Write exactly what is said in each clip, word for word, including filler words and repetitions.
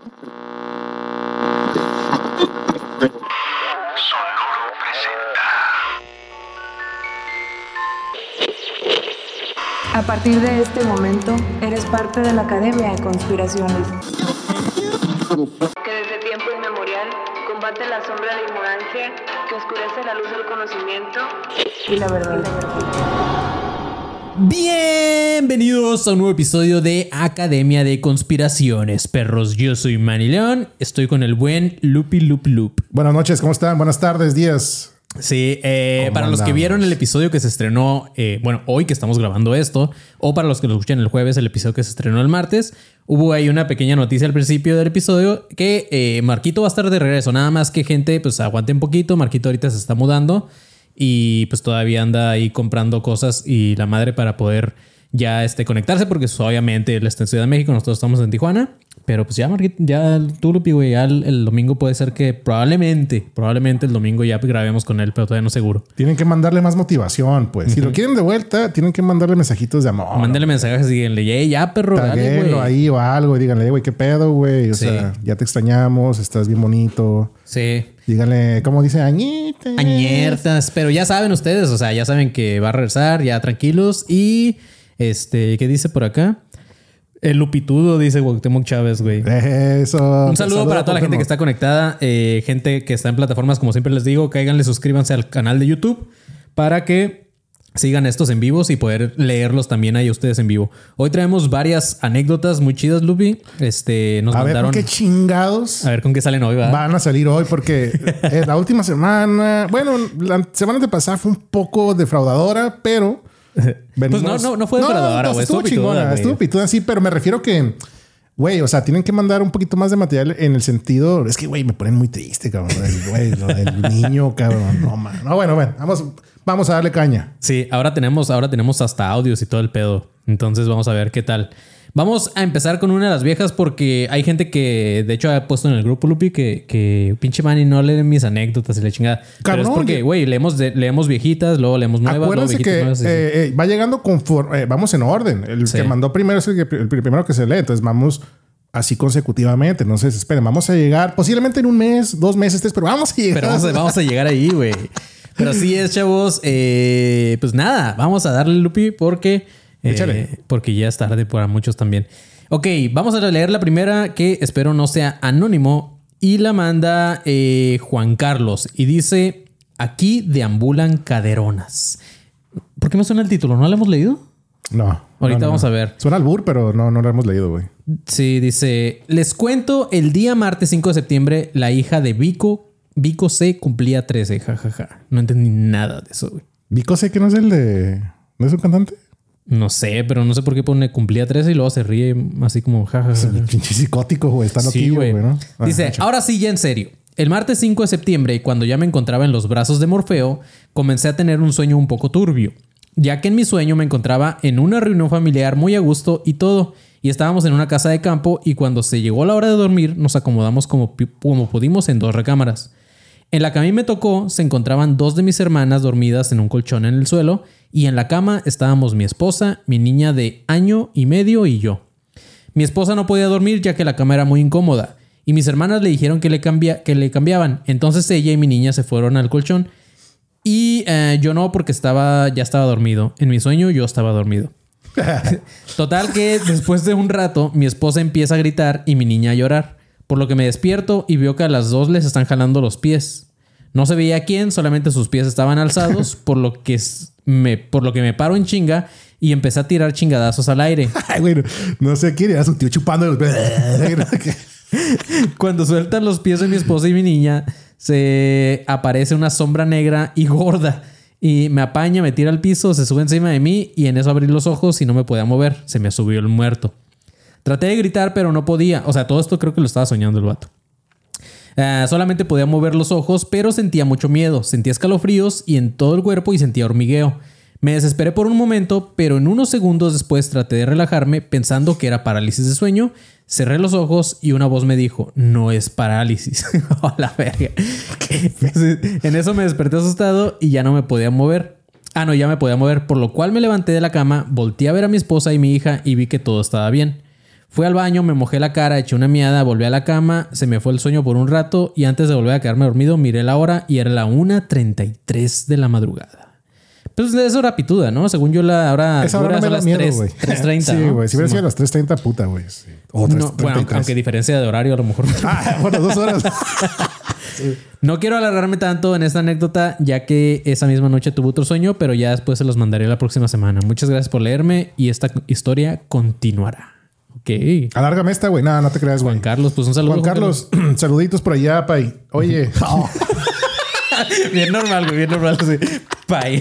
Sonoro presenta. A partir de este momento, eres parte de la Academia de Conspiraciones, que desde tiempo inmemorial combate la sombra de la ignorancia, que oscurece la luz del conocimiento y la verdad. Bienvenidos a un nuevo episodio de Academia de Conspiraciones, perros. Yo soy Manny León, estoy con el buen Lupi Loop Loop. Buenas noches, ¿cómo están? Buenas tardes, días. Sí, eh, para andamos? los que vieron el episodio que se estrenó, eh, bueno, hoy que estamos grabando esto, o para los que lo escuchan el jueves, el episodio que se estrenó el martes, hubo ahí una pequeña noticia al principio del episodio que eh, Marquito va a estar de regreso. Nada más que, gente, pues aguante un poquito. Marquito ahorita se está mudando y pues todavía anda ahí comprando cosas y la madre para poder ya este, conectarse, porque pues, obviamente él está en Ciudad de México, nosotros estamos en Tijuana. Pero pues ya, Marquito, ya tú, Lupi, güey, ya el, el domingo puede ser que probablemente, probablemente el domingo ya grabemos con él, pero todavía no seguro. Tienen que mandarle más motivación, pues. Uh-huh. Si lo quieren de vuelta, tienen que mandarle mensajitos de amor. Mándale mensajes y díganle, hey, ya, perro, dale, güey. ahí o algo y díganle, güey, ¿qué pedo, güey? O Sí. sea, ya te extrañamos, estás bien bonito. Sí. Díganle, ¿cómo dice? Añitas. Añertas. Pero ya saben ustedes, o sea, ya saben que va a regresar, ya tranquilos. Y, este, ¿qué dice por acá? El Lupitudo, dice Cuauhtémoc Chávez, güey. Eso. Un saludo, saludo para toda la gente que está conectada. Eh, gente que está en plataformas, como siempre les digo, cáiganle, suscríbanse al canal de YouTube para que sigan estos en vivos y poder leerlos también ahí ustedes en vivo. Hoy traemos varias anécdotas muy chidas, Lupi. Este, nos a mandaron... ver, ¿con qué chingados? A ver, ¿con qué salen hoy, va? Van a salir hoy porque la última semana... Bueno, la semana de pasada fue un poco defraudadora, pero... Venimos... Pues no, no, no fue defraudadora, güey. No, estuvo chingona, estuvo pituda, sí, pero me refiero que... Güey, o sea, tienen que mandar un poquito más de material en el sentido... Es que, güey, me ponen muy triste, cabrón. El, güey, lo del niño, cabrón. No, man. No, bueno, bueno. Vamos, vamos a darle caña. Sí, ahora tenemos, ahora tenemos hasta audios y todo el pedo. Entonces vamos a ver qué tal. Vamos a empezar con una de las viejas porque hay gente que, de hecho, ha puesto en el grupo, Lupi, que, que pinche Manny no leen mis anécdotas y la chingada. Cabrón, pero es porque, güey, leemos, de, leemos viejitas, luego leemos nuevas. Acuérdense que nuevas, eh, eh, va llegando conforme... Eh, vamos en orden. El sí. que mandó primero es el, que, el primero que se lee. Entonces vamos así consecutivamente. No se desesperen. Vamos a llegar posiblemente en un mes, dos meses, tres, pero vamos a llegar. Pero vamos a, vamos a llegar ahí, güey. Pero sí es, chavos. Eh, pues nada, vamos a darle, Lupi, porque... Eh, porque ya es tarde para muchos también. Ok, vamos a leer la primera, que espero no sea anónimo. Y la manda eh, Juan Carlos. Y dice: aquí deambulan caderonas. ¿Por qué me suena el título? ¿No lo hemos leído? No. Ahorita no, no, vamos no. a ver. Suena albur, pero no, no lo hemos leído, güey. Sí, dice: les cuento, el día martes cinco de septiembre, la hija de Vico, Vico C, cumplía trece. Jajaja. Ja, ja. No entendí nada de eso, güey. Vico C, que no es el de... ¿No es un cantante? No sé, pero no sé por qué pone cumplía trece y luego se ríe así como jajaja. Es un pinche psicótico, güey. Está loquillo, sí, güey, ¿no? Ah, dice, hecho. ahora sí, ya en serio. El martes cinco de septiembre, cuando ya me encontraba en los brazos de Morfeo, comencé a tener un sueño un poco turbio, ya que en mi sueño me encontraba en una reunión familiar muy a gusto y todo, y estábamos en una casa de campo, y cuando se llegó la hora de dormir, nos acomodamos como, como pudimos en dos recámaras. En la que a mí me tocó se encontraban dos de mis hermanas dormidas en un colchón en el suelo, y en la cama estábamos mi esposa, mi niña de año y medio y yo. Mi esposa no podía dormir ya que la cama era muy incómoda, y mis hermanas le dijeron que le, cambia, que le cambiaban. Entonces ella y mi niña se fueron al colchón, y eh, yo no, porque estaba, ya estaba dormido. En mi sueño yo estaba dormido. Total que después de un rato mi esposa empieza a gritar y mi niña a llorar, por lo que me despierto y veo que a las dos les están jalando los pies. No se veía quién, solamente sus pies estaban alzados, por lo que me, por lo que me paro en chinga y empecé a tirar chingadazos al aire. Ay, güey, no, no sé quién era su tío chupando los pies. Cuando sueltan los pies de mi esposa y mi niña, se aparece una sombra negra y gorda. Y me apaña, me tira al piso, se sube encima de mí y en eso abrí los ojos y no me podía mover. Se me subió el muerto. Traté de gritar, pero no podía. O sea, todo esto creo que lo estaba soñando el vato. Uh, solamente podía mover los ojos, pero sentía mucho miedo. Sentía escalofríos y en todo el cuerpo y sentía hormigueo. Me desesperé por un momento, pero en unos segundos después traté de relajarme pensando que era parálisis de sueño. Cerré los ojos y una voz me dijo: no es parálisis. ¡Oh, la verga! En eso me desperté asustado y ya no me podía mover. Ah, no, ya me podía mover, por lo cual me levanté de la cama, volteé a ver a mi esposa y mi hija y vi que todo estaba bien. Fui al baño, me mojé la cara, eché una miada, volví a la cama, se me fue el sueño por un rato y antes de volver a quedarme dormido miré la hora y era la una treinta y tres de la madrugada. Pues es hora pituda, ¿no? Según yo la hora Esa hora no me da miedo, güey. tres treinta, sí, ¿no? güey. Si hubiera sido a las tres treinta, puta, güey. Sí. O no, bueno, aunque, aunque diferencia de horario a lo mejor. Ah, bueno, dos horas. Sí. No quiero alargarme tanto en esta anécdota, ya que esa misma noche tuve otro sueño, pero ya después se los mandaré la próxima semana. Muchas gracias por leerme y esta historia continuará. Ok. Alárgame esta, güey. Nada, no te creas, güey. Juan Carlos, pues un saludo. Juan Carlos, Juan Carlos. Saluditos por allá, pay. Oye. Oh. Bien normal, güey. Bien normal. Sí. Pay.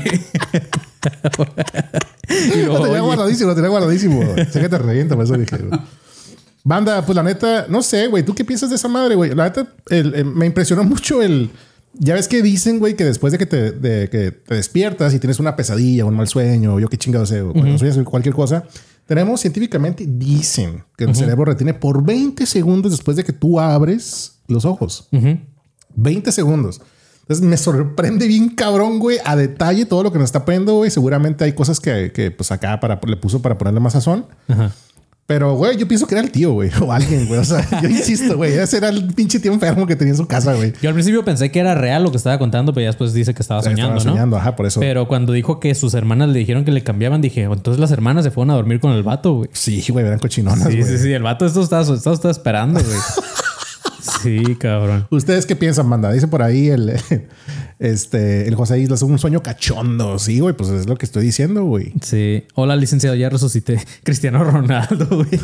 Lo tenía guardadísimo, lo tenía guardadísimo. Sé que te revienta, por eso dije, güey. Banda, pues la neta, no sé, güey. ¿Tú qué piensas de esa madre, güey? La neta, el, el, me impresionó mucho el... Ya ves que dicen, güey, que después de que te, de, que te despiertas y tienes una pesadilla o un mal sueño, o yo qué chingado sé, o cuando sueñas cualquier cosa, tenemos científicamente, dicen que el uh-huh. cerebro retiene por veinte segundos después de que tú abres los ojos. Uh-huh. veinte segundos. Entonces me sorprende bien cabrón, güey, a detalle todo lo que nos está poniendo, güey. Seguramente hay cosas que, que pues acá para, le puso para ponerle más sazón. Ajá. Pero, güey, yo pienso que era el tío, güey, o alguien, güey. O sea, yo insisto, güey, ese era el pinche tío enfermo que tenía en su casa, güey. Yo al principio pensé que era real lo que estaba contando, pero ya después dice que estaba soñando, estaba soñando, ¿no? Ajá, por eso. Pero cuando dijo que sus hermanas le dijeron que le cambiaban, dije, entonces las hermanas se fueron a dormir con el vato, güey. Sí, güey, eran cochinonas, sí, güey. Sí, sí, el vato esto está, esto está esperando, güey. Sí, cabrón. ¿Ustedes qué piensan, banda? Dice por ahí el, este, el José Islas, un sueño cachondo. Sí, güey, pues es lo que estoy diciendo, güey. Sí. Hola, licenciado, ya resucité. Cristiano Ronaldo, güey.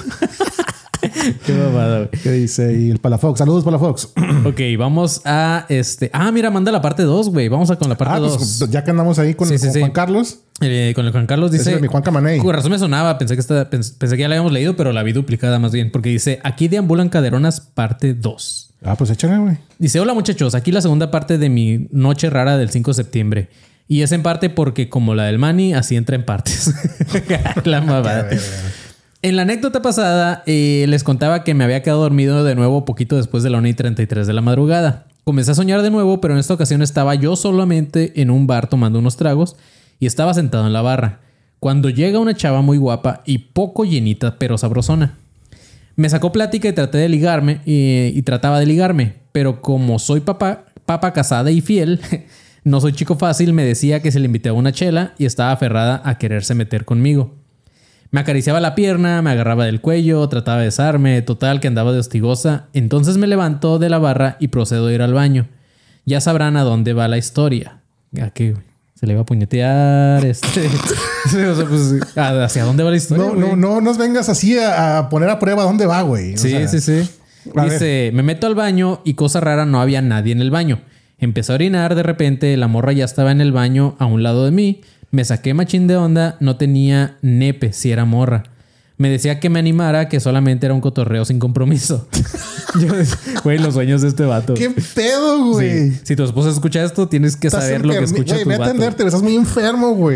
Qué babada, güey. ¿Qué dice? Y el Palafox. Saludos, Palafox. Ok, vamos a este. Ah, mira, manda la parte dos, güey. Vamos a con la parte dos. Ah, pues ya que andamos ahí con, sí, sí, con sí. Juan Carlos. Eh, con el Juan Carlos dice... Ese es mi Juan Camaney. Con razón me sonaba. Pensé que, esta, pensé, pensé que ya la habíamos leído, pero la vi duplicada más bien. Porque dice, aquí deambulan caderonas parte dos. Ah, pues échale, güey. Dice, hola muchachos. Aquí la segunda parte de mi noche rara del cinco de septiembre. Y es en parte porque como la del Manny, así entra en partes. La mamada. En la anécdota pasada, eh, les contaba que me había quedado dormido de nuevo poquito después de la una y treinta y tres de la madrugada. Comencé a soñar de nuevo, pero en esta ocasión estaba yo solamente en un bar tomando unos tragos y estaba sentado en la barra, cuando llega una chava muy guapa y poco llenita, pero sabrosona. Me sacó plática y traté de ligarme, y, y trataba de ligarme, pero como soy papá, papa casada y fiel, no soy chico fácil, me decía que se le invitaba una chela y estaba aferrada a quererse meter conmigo. Me acariciaba la pierna, me agarraba del cuello, trataba de besarme, total que andaba de hostigosa. Entonces me levanto de la barra y procedo a ir al baño. Ya sabrán a dónde va la historia. ¿A qué? Se le va a puñetear, este... o sea, pues, ¿hacia dónde va la historia? No, no, no nos vengas así a, a poner a prueba dónde va, güey. Sí, o sea, sí, sí. Dice, me meto al baño y cosa rara, no había nadie en el baño. Empecé a orinar, de repente la morra ya estaba en el baño a un lado de mí. Me saqué machín de onda, no tenía nepe si era morra. Me decía que me animara, que solamente era un cotorreo sin compromiso. Yo, güey, los sueños de este vato. ¿Qué pedo, güey? Sí. Si tu esposa escucha esto, tienes que Estás saber lo que escucha wey, tu vato. Ve a atenderte, estás muy enfermo, güey.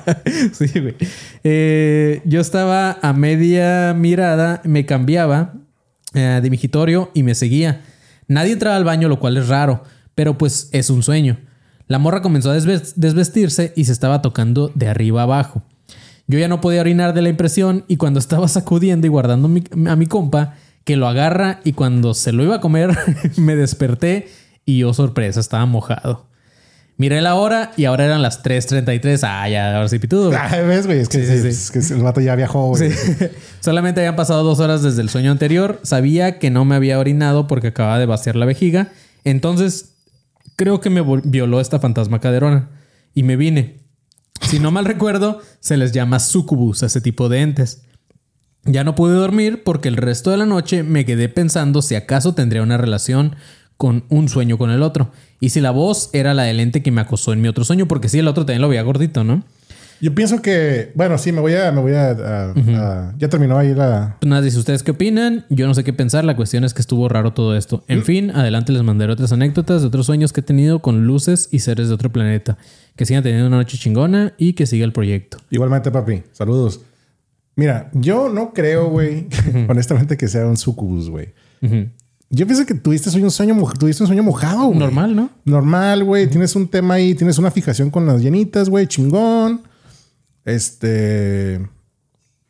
Sí, güey. Eh, yo estaba a media mirada, me cambiaba eh, de migitorio y me seguía. Nadie entraba al baño, lo cual es raro, pero pues es un sueño. La morra comenzó a desvestirse y se estaba tocando de arriba abajo. Yo ya no podía orinar de la impresión y cuando estaba sacudiendo y guardando mi, a mi compa, que lo agarra y cuando se lo iba a comer, me desperté y yo, sorpresa, estaba mojado. Miré la hora y ahora eran las tres treinta y tres. Ah, ya, ahora sí pitudo. Ah, ¿ves, güey? Es que, sí, sí, es que el vato ya viajó, güey. Sí. Solamente habían pasado dos horas desde el sueño anterior. Sabía que no me había orinado porque acababa de vaciar la vejiga. Entonces... creo que me violó esta fantasma caderona y me vine. Si no mal recuerdo, se les llama sucubus a ese tipo de entes. Ya no pude dormir porque el resto de la noche me quedé pensando si acaso tendría una relación con un sueño con el otro. Y si la voz era la del ente que me acosó en mi otro sueño, porque sí, el otro también lo veía gordito, ¿no? Yo pienso que, bueno, sí, me voy a, me voy a, a, uh-huh. a ya terminó ahí la... Nada, dice, ¿ustedes qué opinan? Yo no sé qué pensar, la cuestión es que estuvo raro todo esto. En ¿Mm? fin, adelante les mandaré otras anécdotas de otros sueños que he tenido con luces y seres de otro planeta. Que sigan teniendo una noche chingona y que siga el proyecto. Igualmente, papi. Saludos. Mira, yo no creo, güey, uh-huh. honestamente que sea un sucubus, güey. Uh-huh. Yo pienso que tuviste un sueño, tuviste un sueño mojado, güey. Normal, ¿no? Normal, güey. Uh-huh. Tienes un tema ahí, tienes una fijación con las llenitas, güey, chingón. Este...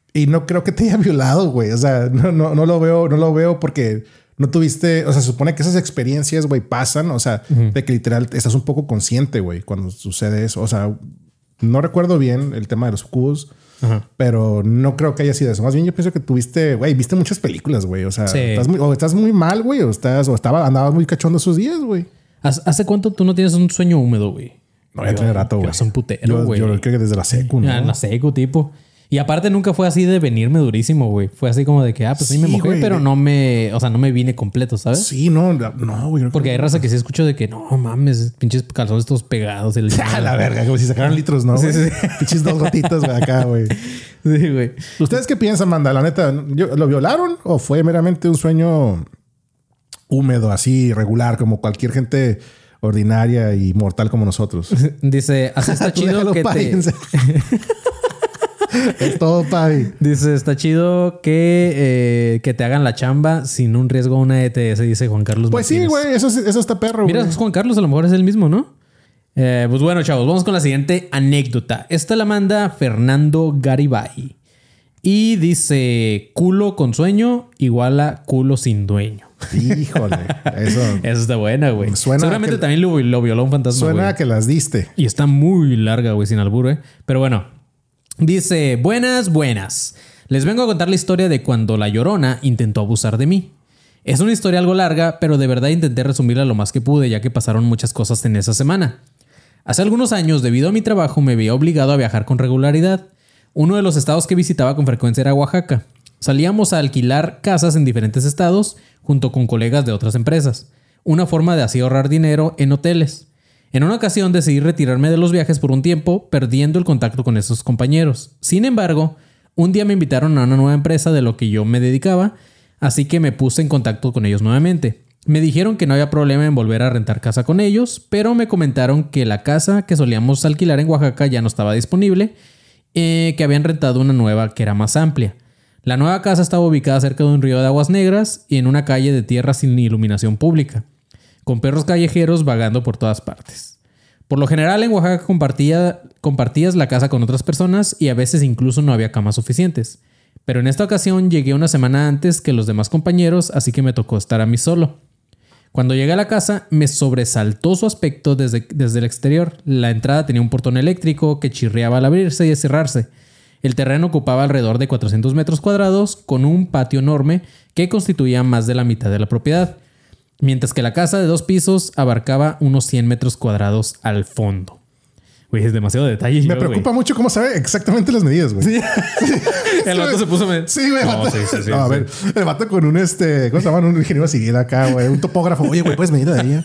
Y no creo que te haya violado, güey. O sea, no, no, no lo veo, no lo veo porque no tuviste, o sea, se supone que esas experiencias, güey, pasan, o sea, uh-huh. de que literal estás un poco consciente, güey, cuando sucede eso. O sea, no recuerdo bien el tema de los cubos, uh-huh. pero no creo que haya sido eso. Más bien yo pienso que tuviste, güey, viste muchas películas, güey. O sea, sí. estás muy, o estás muy mal, güey, o estás, o estaba, andabas muy cachondo esos días, güey. ¿Hace cuánto tú no tienes un sueño húmedo, güey? No, ya tiene rato, güey. Es un putero, güey. Yo, yo creo que desde la secu, ¿no? Ah, en la secu, tipo. Y aparte nunca fue así de venirme durísimo, güey. Fue así como de que, ah, pues sí, sí me mojé, güey, pero no me... O sea, no me vine completo, ¿sabes? Sí, no, no, güey. Porque hay raza que sí escucho de que, no mames, pinches calzones todos pegados. El... A la verga, como si sacaran litros, ¿no? Sí, sí. Pinches dos gotitas, güey, acá, güey. Sí, güey. ¿Ustedes qué piensan, Manda? La neta, ¿lo violaron o fue meramente un sueño húmedo, así, regular, como cualquier gente ordinaria y mortal como nosotros? Dice, así está chido que te... Es todo, papi. Dice, está chido que, eh, que te hagan la chamba sin un riesgo a una E T S, dice Juan Carlos Pues Martínez. sí, güey. Eso, eso está perro, güey. Mira, es Juan Carlos. A lo mejor es el mismo, ¿no? Eh, pues bueno, chavos. Vamos con la siguiente anécdota. Esta la manda Fernando Garibay. Y dice, culo con sueño igual a culo sin dueño. Híjole. Eso, eso está buena, güey. Seguramente que, también lo, lo violó un fantasma, Suena güey. a que las diste. Y está muy larga, güey, sin albur, ¿eh? Pero bueno. Dice, buenas, buenas. Les vengo a contar la historia de cuando la Llorona intentó abusar de mí. Es una historia algo larga, pero de verdad intenté resumirla lo más que pude, ya que pasaron muchas cosas en esa semana. Hace algunos años, debido a mi trabajo, me veía obligado a viajar con regularidad. Uno de los estados que visitaba con frecuencia era Oaxaca. Salíamos a alquilar casas en diferentes estados, junto con colegas de otras empresas. Una forma de así ahorrar dinero en hoteles. En una ocasión decidí retirarme de los viajes por un tiempo, perdiendo el contacto con esos compañeros. Sin embargo, un día me invitaron a una nueva empresa de lo que yo me dedicaba, así que me puse en contacto con ellos nuevamente. Me dijeron que no había problema en volver a rentar casa con ellos, pero me comentaron que la casa que solíamos alquilar en Oaxaca ya no estaba disponible, eh, que habían rentado una nueva que era más amplia. La nueva casa estaba ubicada cerca de un río de aguas negras y en una calle de tierra sin iluminación pública, con perros callejeros vagando por todas partes. Por lo general en Oaxaca compartía, compartías la casa con otras personas y a veces incluso no había camas suficientes. Pero en esta ocasión llegué una semana antes que los demás compañeros, así que me tocó estar a mí solo. Cuando llegué a la casa me sobresaltó su aspecto desde, desde el exterior. La entrada tenía un portón eléctrico que chirriaba al abrirse y cerrarse. El terreno ocupaba alrededor de cuatrocientos metros cuadrados con un patio enorme que constituía más de la mitad de la propiedad. Mientras que la casa de dos pisos abarcaba unos cien metros cuadrados al fondo. Güey, es demasiado detalle. Me yo, preocupa güey. mucho cómo sabe exactamente las medidas, güey. Sí. El vato se puso... Me... Sí, güey. No, sí, sí, sí, no, a sí. ver, el vato con un este... ¿Cómo se llama? Un ingeniero civil acá, güey. Un topógrafo. Oye, güey, ¿puedes medir de ahí?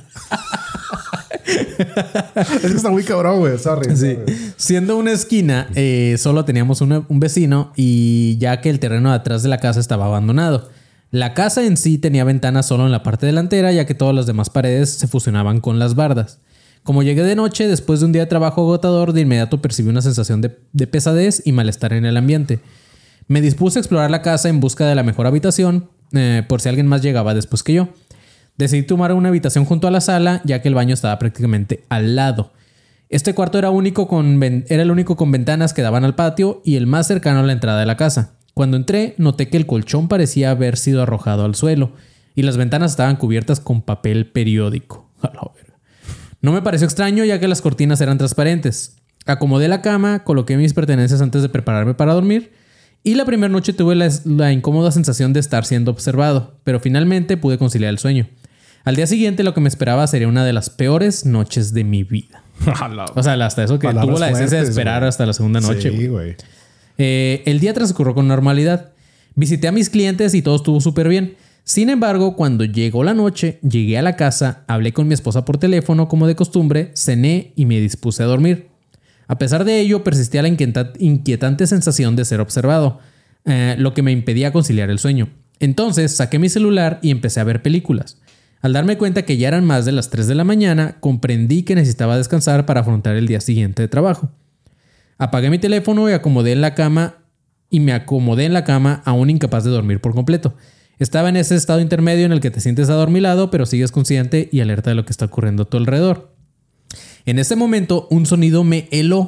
Es que está muy cabrón, güey. Sorry. Sí. sorry. Siendo una esquina, eh, solo teníamos una, un vecino y ya que el terreno de atrás de la casa estaba abandonado. La casa en sí tenía ventanas solo en la parte delantera, ya que todas las demás paredes se fusionaban con las bardas. Como llegué de noche, después de un día de trabajo agotador, de inmediato percibí una sensación de, de pesadez y malestar en el ambiente. Me dispuse a explorar la casa en busca de la mejor habitación, eh, por si alguien más llegaba después que yo. Decidí tomar una habitación junto a la sala, ya que el baño estaba prácticamente al lado. Este cuarto era, único con, era el único con ventanas que daban al patio y el más cercano a la entrada de la casa. Cuando entré, noté que el colchón parecía haber sido arrojado al suelo y las ventanas estaban cubiertas con papel periódico. A la verga. No me pareció extraño, ya que las cortinas eran transparentes. Acomodé la cama, coloqué mis pertenencias antes de prepararme para dormir y la primera noche tuve la, la incómoda sensación de estar siendo observado, pero finalmente pude conciliar el sueño. Al día siguiente lo que me esperaba sería una de las peores noches de mi vida. O sea, hasta eso que Palabras tuvo la decencia de fuertes, esperar güey. hasta la segunda noche. Sí, güey. Eh, el día transcurrió con normalidad. Visité a mis clientes y todo estuvo súper bien. Sin embargo, cuando llegó la noche, llegué a la casa, hablé con mi esposa por teléfono como de costumbre, cené y me dispuse a dormir. A pesar de ello, persistía la inquieta- inquietante sensación de ser observado, eh, lo que me impedía conciliar el sueño. Entonces saqué mi celular y empecé a ver películas. Al darme cuenta que ya eran más de las tres de la mañana, comprendí que necesitaba descansar para afrontar el día siguiente de trabajo. Apagué mi teléfono y acomodé en la cama y me acomodé en la cama aún incapaz de dormir por completo. Estaba en ese estado intermedio en el que te sientes adormilado, pero sigues consciente y alerta de lo que está ocurriendo a tu alrededor. En ese momento, un sonido me heló.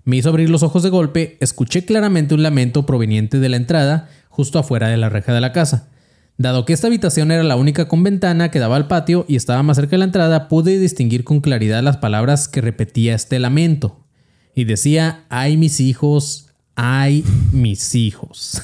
Me hizo abrir los ojos de golpe, escuché claramente un lamento proveniente de la entrada, justo afuera de la reja de la casa. Dado que esta habitación era la única con ventana que daba al patio y estaba más cerca de la entrada, pude distinguir con claridad las palabras que repetía este lamento. Y decía, ay mis hijos, ay mis hijos.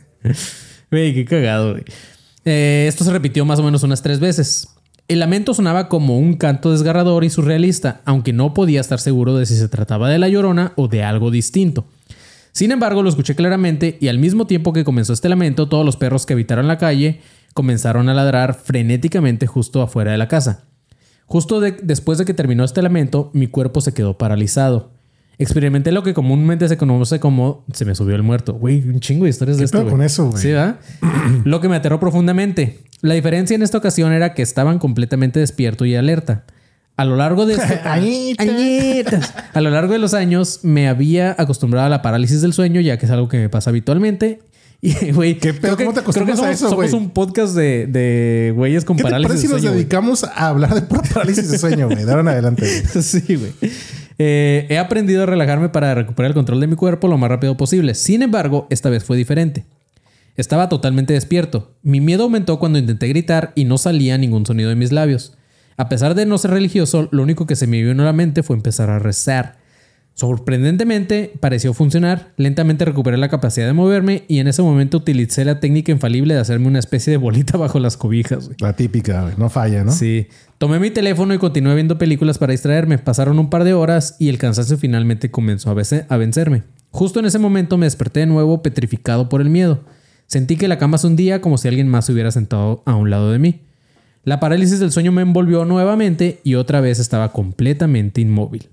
Güey, qué cagado, güey. Eh, esto se repitió más o menos unas tres veces. El lamento sonaba como un canto desgarrador y surrealista, aunque no podía estar seguro de si se trataba de La Llorona o de algo distinto. Sin embargo, lo escuché claramente y al mismo tiempo que comenzó este lamento, todos los perros que habitaron la calle comenzaron a ladrar frenéticamente justo afuera de la casa. Justo de, después de que terminó este lamento, mi cuerpo se quedó paralizado. Experimenté lo que comúnmente se conoce como se me subió el muerto. Güey, un chingo de historias de esto, güey. ¿Qué pedo con eso, güey? Sí, ¿verdad? Lo que me aterró profundamente. La diferencia en esta ocasión era que estaban completamente despierto y alerta. A lo largo de este... Añitas. Añitas. A lo largo de los años me había acostumbrado a la parálisis del sueño, ya que es algo que me pasa habitualmente. Y, güey, ¿Qué pedo? ¿Cómo te acostumbras somos, a eso, somos güey? un podcast de, de güeyes con ¿Qué te parálisis parece si del nos sueño, dedicamos a hablar de pura parálisis de sueño, güey? De ahora en adelante, güey. Sí, güey. Eh, he aprendido a relajarme para recuperar el control de mi cuerpo lo más rápido posible. Sin embargo, esta vez fue diferente. Estaba totalmente despierto. Mi miedo aumentó cuando intenté gritar y no salía ningún sonido de mis labios. A pesar de no ser religioso, lo único que se me vino a la mente fue empezar a rezar. Sorprendentemente, pareció funcionar. Lentamente recuperé la capacidad de moverme y en ese momento utilicé la técnica infalible de hacerme una especie de bolita bajo las cobijas, güey. La típica, güey. No falla, ¿no? Sí. Tomé mi teléfono y continué viendo películas para distraerme. Pasaron un par de horas y el cansancio finalmente comenzó a, vence- a vencerme. Justo en ese momento me desperté de nuevo petrificado por el miedo. Sentí que la cama se hundía como si alguien más se hubiera sentado a un lado de mí. La parálisis del sueño me envolvió nuevamente y otra vez estaba completamente inmóvil.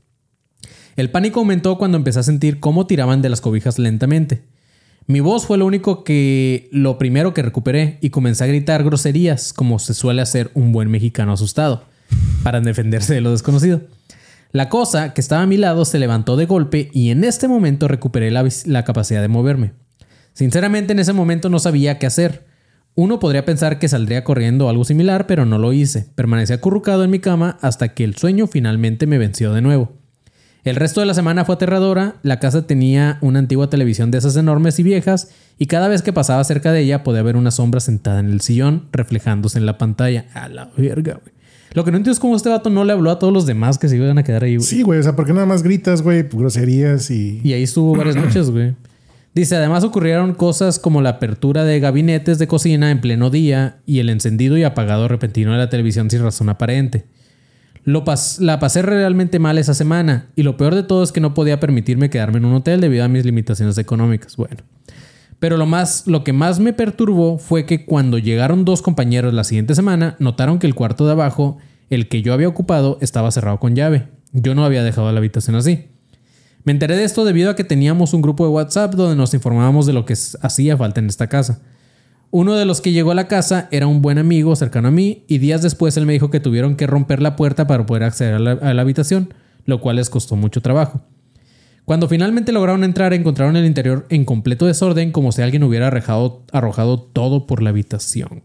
El pánico aumentó cuando empecé a sentir cómo tiraban de las cobijas lentamente. Mi voz fue lo único que... lo primero que recuperé y comencé a gritar groserías como se suele hacer un buen mexicano asustado para defenderse de lo desconocido. La cosa que estaba a mi lado se levantó de golpe y en este momento recuperé la, la capacidad de moverme. Sinceramente en ese momento no sabía qué hacer. Uno podría pensar que saldría corriendo o algo similar, pero no lo hice. Permanecí acurrucado en mi cama hasta que el sueño finalmente me venció de nuevo. El resto de la semana fue aterradora. La casa tenía una antigua televisión de esas enormes y viejas y cada vez que pasaba cerca de ella podía ver una sombra sentada en el sillón reflejándose en la pantalla. A la verga, güey. Lo que no entiendo es cómo este vato no le habló a todos los demás que se iban a quedar ahí, güey. Sí, güey. O sea, ¿por qué nada más gritas, güey? Groserías y... Y ahí estuvo varias noches, güey. Dice, además ocurrieron cosas como la apertura de gabinetes de cocina en pleno día y el encendido y apagado repentino de la televisión sin razón aparente. Lo pas- la pasé realmente mal esa semana y lo peor de todo es que no podía permitirme quedarme en un hotel debido a mis limitaciones económicas. Bueno, pero lo, más, lo que más me perturbó fue que cuando llegaron dos compañeros la siguiente semana, notaron que el cuarto de abajo, el que yo había ocupado, estaba cerrado con llave. Yo no había dejado la habitación así. Me enteré de esto debido a que teníamos un grupo de WhatsApp donde nos informábamos de lo que hacía falta en esta casa. Uno de los que llegó a la casa era un buen amigo cercano a mí y días después él me dijo que tuvieron que romper la puerta para poder acceder a la, a la habitación, lo cual les costó mucho trabajo. Cuando finalmente lograron entrar, encontraron el interior en completo desorden, como si alguien hubiera arrojado, arrojado todo por la habitación.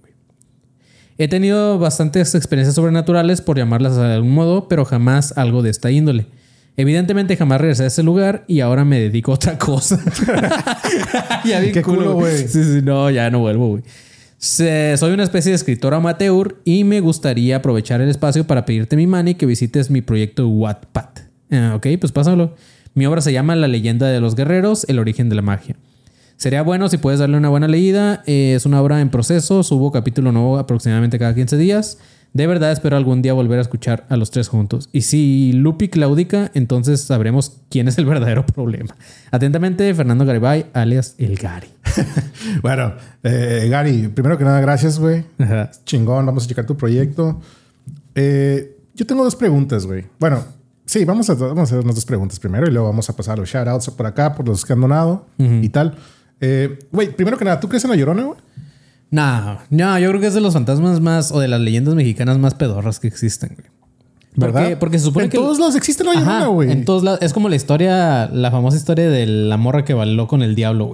He tenido bastantes experiencias sobrenaturales, por llamarlas de algún modo, pero jamás algo de esta índole. Evidentemente jamás regresé a ese lugar y ahora me dedico a otra cosa. Ya bien Qué culo, güey. Sí, sí, no, ya no vuelvo, güey. Soy una especie de escritor amateur y me gustaría aprovechar el espacio para pedirte mi mani que visites mi proyecto Wattpad. Ah, ok, pues pásalo. Mi obra se llama La leyenda de los guerreros, el origen de la magia. Sería bueno si puedes darle una buena leída. Eh, es una obra en proceso. Subo capítulo nuevo aproximadamente cada quince días. De verdad espero algún día volver a escuchar a los tres juntos. Y si Lupi claudica, entonces sabremos quién es el verdadero problema. Atentamente, Fernando Garibay, alias El Gary. Bueno, eh, Gary, primero que nada, gracias, güey. Ajá. Chingón, vamos a checar tu proyecto. Eh, yo tengo dos preguntas, güey. Bueno, sí, vamos a, vamos a hacer unas dos preguntas primero y luego vamos a pasar a los shoutouts por acá, por los que han donado uh-huh. y tal. Eh, güey, primero que nada, ¿tú crees en La Llorona, güey? No, no, yo creo que es de los fantasmas más o de las leyendas mexicanas más pedorras que existen, güey. ¿Verdad? Porque, porque se supone en que... En todos lados existe La Llorona, güey. En todos lados. Es como la historia, la famosa historia de la morra que bailó con el diablo, güey.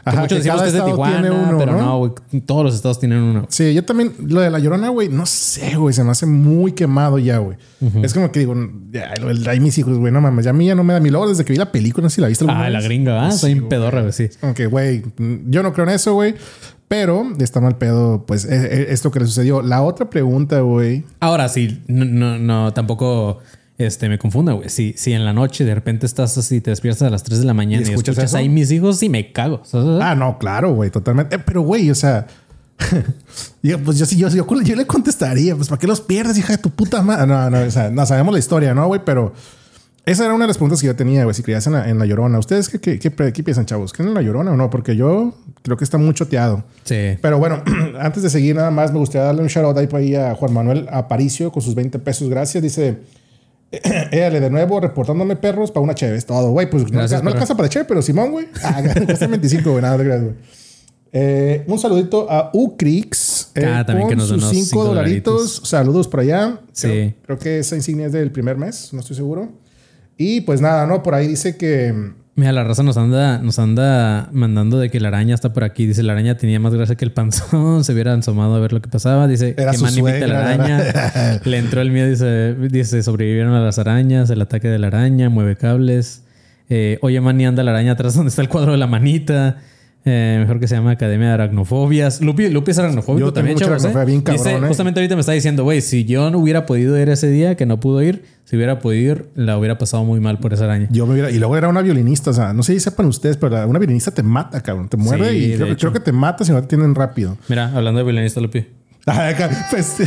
Ajá, muchos que decimos cada que es de estado Tijuana, tiene uno, pero ¿no? no, güey. Todos los estados tienen uno. Sí, yo también, lo de La Llorona, güey, no sé, güey, se me hace muy quemado ya, güey. Uh-huh. Es como que digo, ya, lo del ahí mis hijos, güey, no mames, ya a mí ya no me da mi luego desde que vi la película, no sé si la viste alguna Ah, vez. la gringa, ¿ah? Sí, Soy un güey. pedorra, güey, sí. Aunque, güey, yo no creo en eso, güey. Pero está mal pedo, pues, esto que le sucedió. La otra pregunta, güey. Ahora sí, no, no, no tampoco este, me confunda, güey. Si, si en la noche de repente estás así, te despiertas a las tres de la mañana y, y escuchas, escuchas ahí mis hijos, sí me cago. Ah, no, claro, güey, totalmente. Eh, pero, güey, o sea, yo, pues yo sí, yo, yo, yo le contestaría, pues, ¿para qué los pierdes, hija de tu puta madre? No, no, o sea, no sabemos la historia, ¿no, güey? Pero esa era una de las preguntas que yo tenía, güey, si creías en la, en la Llorona. ¿Ustedes qué, qué, qué, qué piensan, chavos? ¿Creen en la Llorona o no? Porque yo creo que está muy choteado. Sí. Pero bueno, antes de seguir nada más, me gustaría darle un shout out ahí, ahí a Juan Manuel Aparicio con sus veinte pesos. Gracias. Dice, éale de nuevo reportándome perros para una cheve. Es todo, güey. Pues gracias, no, no alcanza para cheve, pero Simón, güey. Ah, cuesta veinticinco, güey. Nada, gracias, güey. Eh, un saludito a Ucrix eh, ah, también con que nos sus cinco dolaritos. dolaritos. Saludos por allá. Sí. Creo, creo que esa insignia es del primer mes, no estoy seguro. Y pues nada, ¿no? Por ahí dice que... Mira, la raza nos anda, nos anda mandando de que la araña está por aquí. Dice, la araña tenía más gracia que el panzón. Se hubiera asomado a ver lo que pasaba. Dice, Era que su man imita suegra, la araña. Le entró el miedo. Dice, dice, sobrevivieron a las arañas. El ataque de la araña. Mueve cables. Eh, Oye, man, y anda la araña atrás donde está el cuadro de la manita. Eh, mejor que se llama Academia de Aracnofobias. Lupi, Lupi es aracnofóbico yo también, chavos. ¿eh? Bien cabrón, Dice, eh. justamente ahorita me está diciendo, güey, si yo no hubiera podido ir ese día, que no pudo ir, si hubiera podido ir, la hubiera pasado muy mal por esa araña. Yo me hubiera... Y luego era una violinista. O sea, no sé si sepan ustedes, pero una violinista te mata, cabrón. Te muerde Sí, y creo, creo que te mata si no te tienen rápido. Mira, hablando de violinista, Lupi. Pues...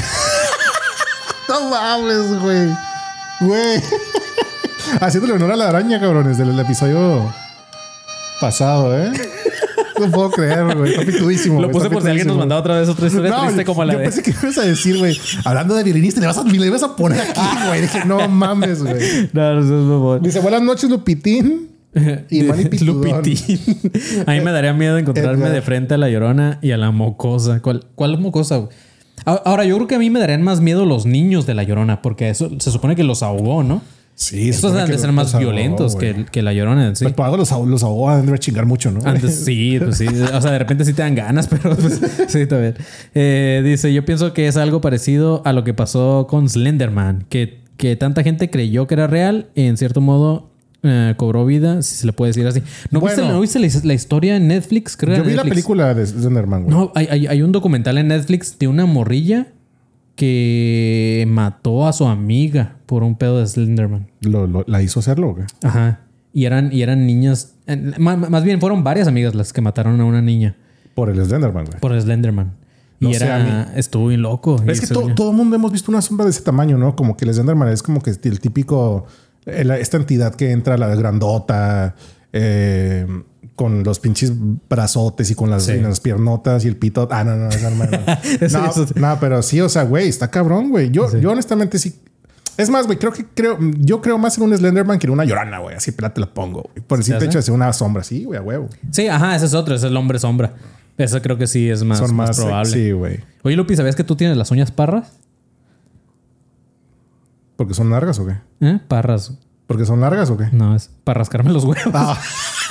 no mames, güey. Güey. Haciéndole honor a la araña, cabrones, del episodio pasado, ¿eh? No puedo creer, güey. Está pitudísimo. Lo puse por si alguien nos mandaba otra vez otra historia no, triste como la yo de... Yo pensé que ibas a decir, güey, hablando de violinista, le vas a, le vas a poner aquí, güey. Dije, no mames, güey. No, no, no, no. Dice, buenas noches, Lupitín. Y Manny Pitudón. Lupitín. A mí me daría miedo encontrarme Edgar. de frente a la Llorona y a la Mocosa. ¿Cuál, cuál Mocosa, güey? Ahora, yo creo que a mí me darían más miedo los niños de la Llorona, porque eso se supone que los ahogó, ¿no? Sí, estos han de ser más ahogó, violentos que, que la Llorona. Sí. Pues por algo los, los ahogó, han de chingar mucho, ¿no? Antes sí, pues sí. O sea, de repente sí te dan ganas, pero pues, sí, está bien. Eh, dice, yo pienso que es algo parecido a lo que pasó con Slenderman, que, que tanta gente creyó que era real y en cierto modo eh, cobró vida, si se le puede decir así. ¿No bueno, viste, ¿no viste la, la historia en Netflix? Creo yo vi Netflix. la película de Slenderman, güey. No, hay, hay, hay un documental en Netflix de una morrilla que mató a su amiga por un pedo de Slenderman. Lo, lo, ¿La hizo hacerlo, güey? Ajá. Y eran, y eran niñas... Más, más bien fueron varias amigas las que mataron a una niña. Por el Slenderman, güey. Por el Slenderman. No y sé, era... a mí- Estuvo bien loco. Es Y que se to- veía- todo el mundo hemos visto una sombra de ese tamaño, ¿no? Como que el Slenderman es como que el típico... el- esta entidad que entra, la grandota, eh, con los pinches brazotes y con las, Sí. y las piernotas y el pito. Ah, no, no, no, no, no. Eso- no, eso- no, pero sí, o sea, güey, está cabrón, güey. Yo, Sí. yo honestamente sí... Es más, güey, creo que creo... Yo creo más en un Slenderman que en una Llorona, güey. Así, pero te la pongo, güey. Por el simple hace? hecho de ser una sombra. Sí, güey, a huevo. Sí, ajá, ese es otro. Ese es el hombre sombra. Eso creo que sí es más, Son más más... probable. Sí, güey. Oye, Lupi, ¿sabías que tú tienes las uñas parras? ¿Porque son largas o qué? ¿Eh? Parras. ¿Porque son largas o qué? No, es para rascarme los huevos. Ah.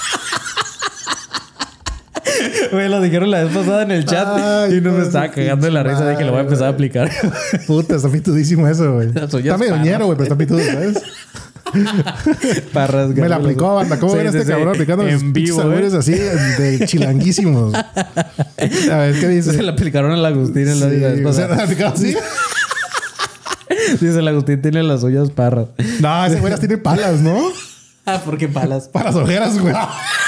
Güey, lo dijeron la vez pasada en el chat Ay, y no me no, estaba su cagando de la pinche risa de que lo voy a empezar a madre, aplicar. Puta, está pitudísimo eso, güey. Las uñas Está medio parras. ñero, güey, pero está pitudo, ¿sabes? Para rascarme Me la los aplicó, huevos. banda. ¿Cómo Sí, ven a sí, este sí. cabrón aplicando los en pinches vivo, albures güey. así de chilanguísimos? A ver, ¿qué dice? Se la aplicaron al Agustín en la Sí, la vez o sea, pasada. aplicado así. Dice el Agustín tiene las uñas parras. No, ese güey las tiene palas, ¿no? Ah, ¿por qué palas? Para las ojeras, güey.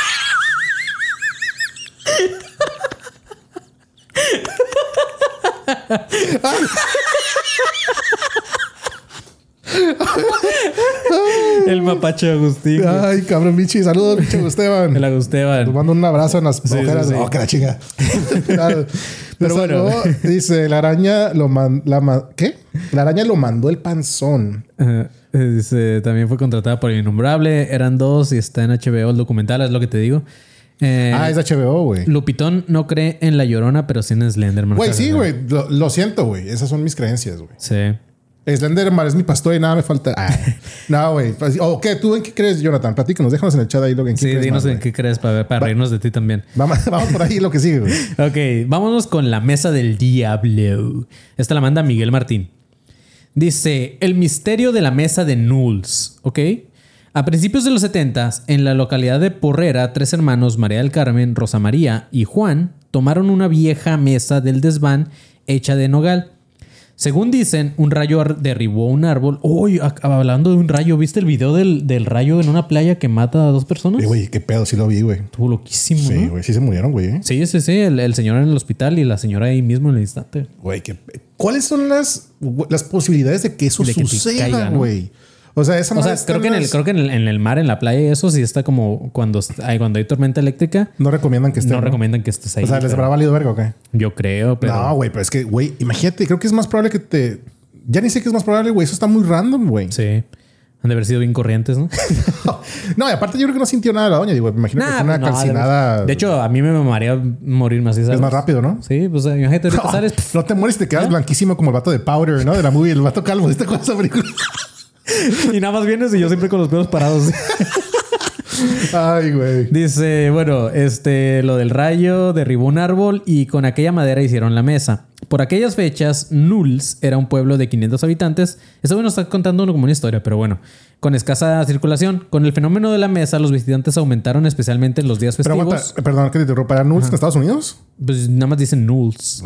El mapache Agustín. güey. Ay, cabrón, bichi. Saludos, bicho Esteban. El Agusteban. Te mando un abrazo en las Sí, ojeras. sí, sí. Oh, que la chinga. Claro. Pero Pero bueno. dice, la araña lo man- la ma- ¿Qué? La araña lo mandó el panzón. Ajá. Eh, Dice, también fue contratada por el Innombrable. Eran dos y está en H B O el documental, es lo que te digo. Eh, Ah, es de H B O, güey. Lupitón no cree en La Llorona, pero sí en Slenderman. Güey, sí, güey. Lo, lo siento, güey. Esas son mis creencias, güey. Sí. Slenderman es mi pastor y nada me falta. Ah, no, güey. ¿O qué? ¿Tú en qué crees, Jonathan? Platícanos, déjanos en el chat ahí lo que en qué Sí, crees dinos más, en güey. qué crees para, para Va- reírnos de ti también. Vamos, vamos por ahí lo que sigue, güey. Ok, vámonos con la mesa del diablo. Esta la manda Miguel Martín. Dice, el misterio de la mesa de Nulls, ¿ok? A principios de los setentas, en la localidad de Porrera, tres hermanos, María del Carmen, Rosa María y Juan, tomaron una vieja mesa del desván hecha de nogal. Según dicen, un rayo ar- derribó un árbol. Uy, ac- hablando de un rayo, ¿viste el video del, del rayo en una playa que mata a dos personas? Eh, güey, qué pedo, sí lo vi, güey. Estuvo loquísimo, Sí, ¿no? güey, sí se murieron, güey. ¿eh? Sí, sí, sí. El, el señor en el hospital y la señora ahí mismo en el instante. Güey, qué pe- ¿cuáles son las, las posibilidades de que eso De que te suceda, caiga, ¿no? güey? O sea, esa O madre sea, está creo que, en el, las- creo que en el, en el mar, en la playa y eso sí está como cuando hay, cuando hay tormenta eléctrica. no recomiendan que estén. No recomiendan que estés ahí. O sea, ¿les pero habrá valido verga o qué? yo creo, pero... No, güey, pero es que, güey, imagínate, creo que es más probable que te... Ya ni sé qué es más probable, güey. Eso está muy random, güey. Sí. Han de haber sido bien corrientes, ¿no? No, y aparte yo creo que no sintió nada la doña. Digo, me imagino que Nah, fue una pues no, calcinada. De hecho, a mí me mamaría morirme así, ¿sabes? es más rápido, ¿no? Sí, pues imagínate, ahorita No, sales... no te mueres y te quedas blanquísimo como el vato de Powder, ¿no? De la movie, el vato calvo. ¿Viste con esa película? y nada más vienes y yo siempre con los pelos parados. Ay, güey. Dice, bueno, este, lo del rayo derribó un árbol y con aquella madera hicieron la mesa. Por aquellas fechas, Nulls era un pueblo de quinientos habitantes. Esto bueno está contando como una historia, pero bueno, con escasa circulación. Con el fenómeno de la mesa, los visitantes aumentaron especialmente en los días Pero festivos. aguanta, perdón que te interrumpa. ¿Era Nulls en Estados Unidos? Pues nada más dicen Nulls.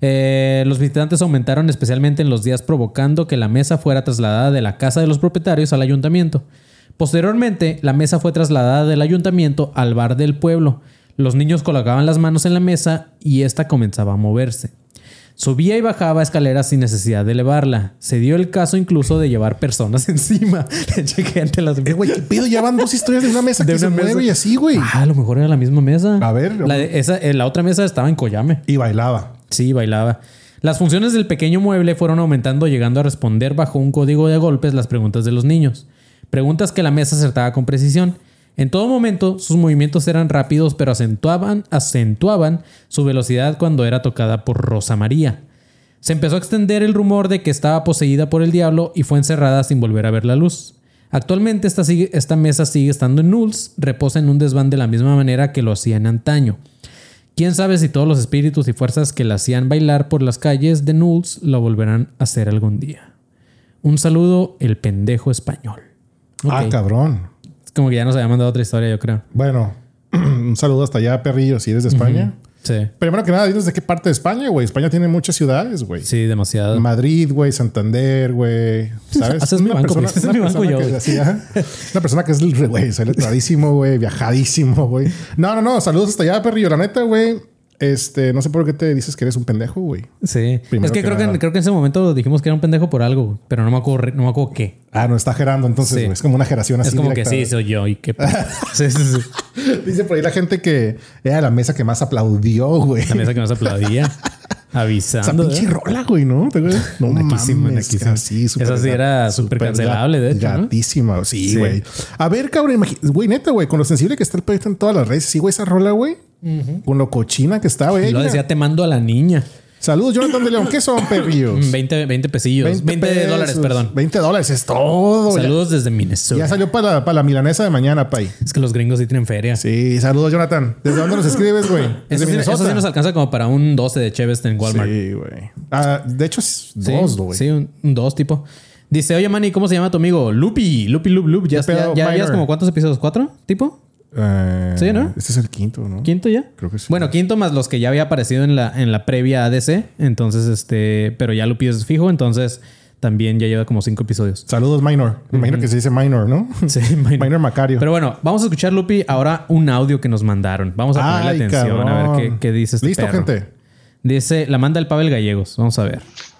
Eh, los visitantes aumentaron especialmente en los días, provocando que la mesa fuera trasladada de la casa de los propietarios al ayuntamiento. Posteriormente, la mesa fue trasladada del ayuntamiento al bar del pueblo. Los niños colocaban las manos en la mesa y ésta comenzaba a moverse. Subía y bajaba escaleras sin necesidad de elevarla. Se dio el caso incluso de llevar personas encima. Chequé ante las... Eh, güey, ¿qué pedo? Ya van dos historias de una mesa De que una se mesa. mueve y así, güey. Ah, a lo mejor era la misma mesa. A ver. La, de- esa, eh, la otra mesa estaba en Coyame. Y bailaba. Sí, bailaba. Las funciones del pequeño mueble fueron aumentando, llegando a responder bajo un código de golpes las preguntas de los niños. Preguntas que la mesa acertaba con precisión. En todo momento, sus movimientos eran rápidos, pero acentuaban, acentuaban su velocidad cuando era tocada por Rosa María. Se empezó a extender el rumor de que estaba poseída por el diablo y fue encerrada sin volver a ver la luz. Actualmente esta, sigue, esta mesa sigue estando en Nulls, reposa en un desván de la misma manera que lo hacía en antaño. Quién sabe si todos los espíritus y fuerzas que la hacían bailar por las calles de Nulls lo volverán a hacer algún día. Un saludo, el pendejo español. Ah, Ok. cabrón. Es como que ya nos había mandado otra historia, yo creo. Bueno, un saludo hasta allá, perrillo, si eres de España. Sí. Primero que nada, dinos de qué parte de España, güey. España tiene muchas ciudades, güey. Sí, demasiado. Madrid, güey, Santander, güey. ¿Sabes? Haces mi banco, güey. Haces mi banco persona yo, que güey. es así, ajá. Una persona que es, güey, soy letradísimo, güey, viajadísimo, güey. No, no, no. Saludos hasta allá, perrillo. La neta, güey. Este, no sé por qué te dices que eres un pendejo, güey. Sí. Primero es que, que creo, que, nada. creo que en ese momento dijimos que era un pendejo por algo, pero no me acuerdo, no me acuerdo qué. Ah, no, está gerando entonces, Sí. güey. Es como una geración así. Es como directa, que sí, güey. soy yo y qué pasa. Sí, sí, sí. Dice por ahí la gente que era la mesa que más aplaudió, güey. La mesa que nos aplaudía. Esa Avisando. pinche ¿eh? rola, güey, ¿no? ¿Te acuerdas? No Naquísima, mames, naquísima. así, súper Esa sí gat- era súper cancelable, de hecho, ¿no? Gatísima, sí, Sí. güey. A ver, cabrón, imagi- güey, neta, güey, con lo sensible que está el proyecto en todas las redes. Sí, güey, esa rola, güey. Con lo cochina que está, güey. Y lo Mira. decía, te mando a la niña. Saludos, Jonathan de León. ¿Qué son, perrillos? veinte, veinte pesillos. veinte, pesos. dólares, perdón. veinte dólares es todo. Ya- Saludos desde Minnesota. Ya, salió para la, para la milanesa de mañana, pay. Es que los gringos sí tienen feria. Sí, saludos, Jonathan. ¿Desde dónde nos escribes, güey? Eso Desde sí, Minnesota. eso sí nos alcanza como para un doce de Cheves en Walmart. Sí, güey. Ah, de hecho, es Sí, dos, güey. Sí, un, un dos tipo. Dice, oye, Manny, ¿cómo se llama tu amigo? Lupi, Lupi, Lup, Lup. ¿Ya, ¿Qué pedo, ya, ya, ya Minor? es como cuántos episodios? ¿Cuatro? ¿Tipo? Eh, Sí, ¿no? Este es el quinto, ¿no? ¿Quinto ya? Creo que sí. Bueno, quinto más los que ya había aparecido en la, en la previa A D C. Entonces, este... Pero ya Lupi es fijo, entonces también ya lleva como cinco episodios. Saludos, Minor. Me imagino que se dice Minor, ¿no? Sí, minor. Minor Macario. Pero bueno, vamos a escuchar, Lupi, ahora un audio que nos mandaron. Vamos a ponerle Ay, atención a ver qué, cabrón. qué dice este Listo, perro. gente. Dice, la manda el Pavel Gallegos. Vamos a ver.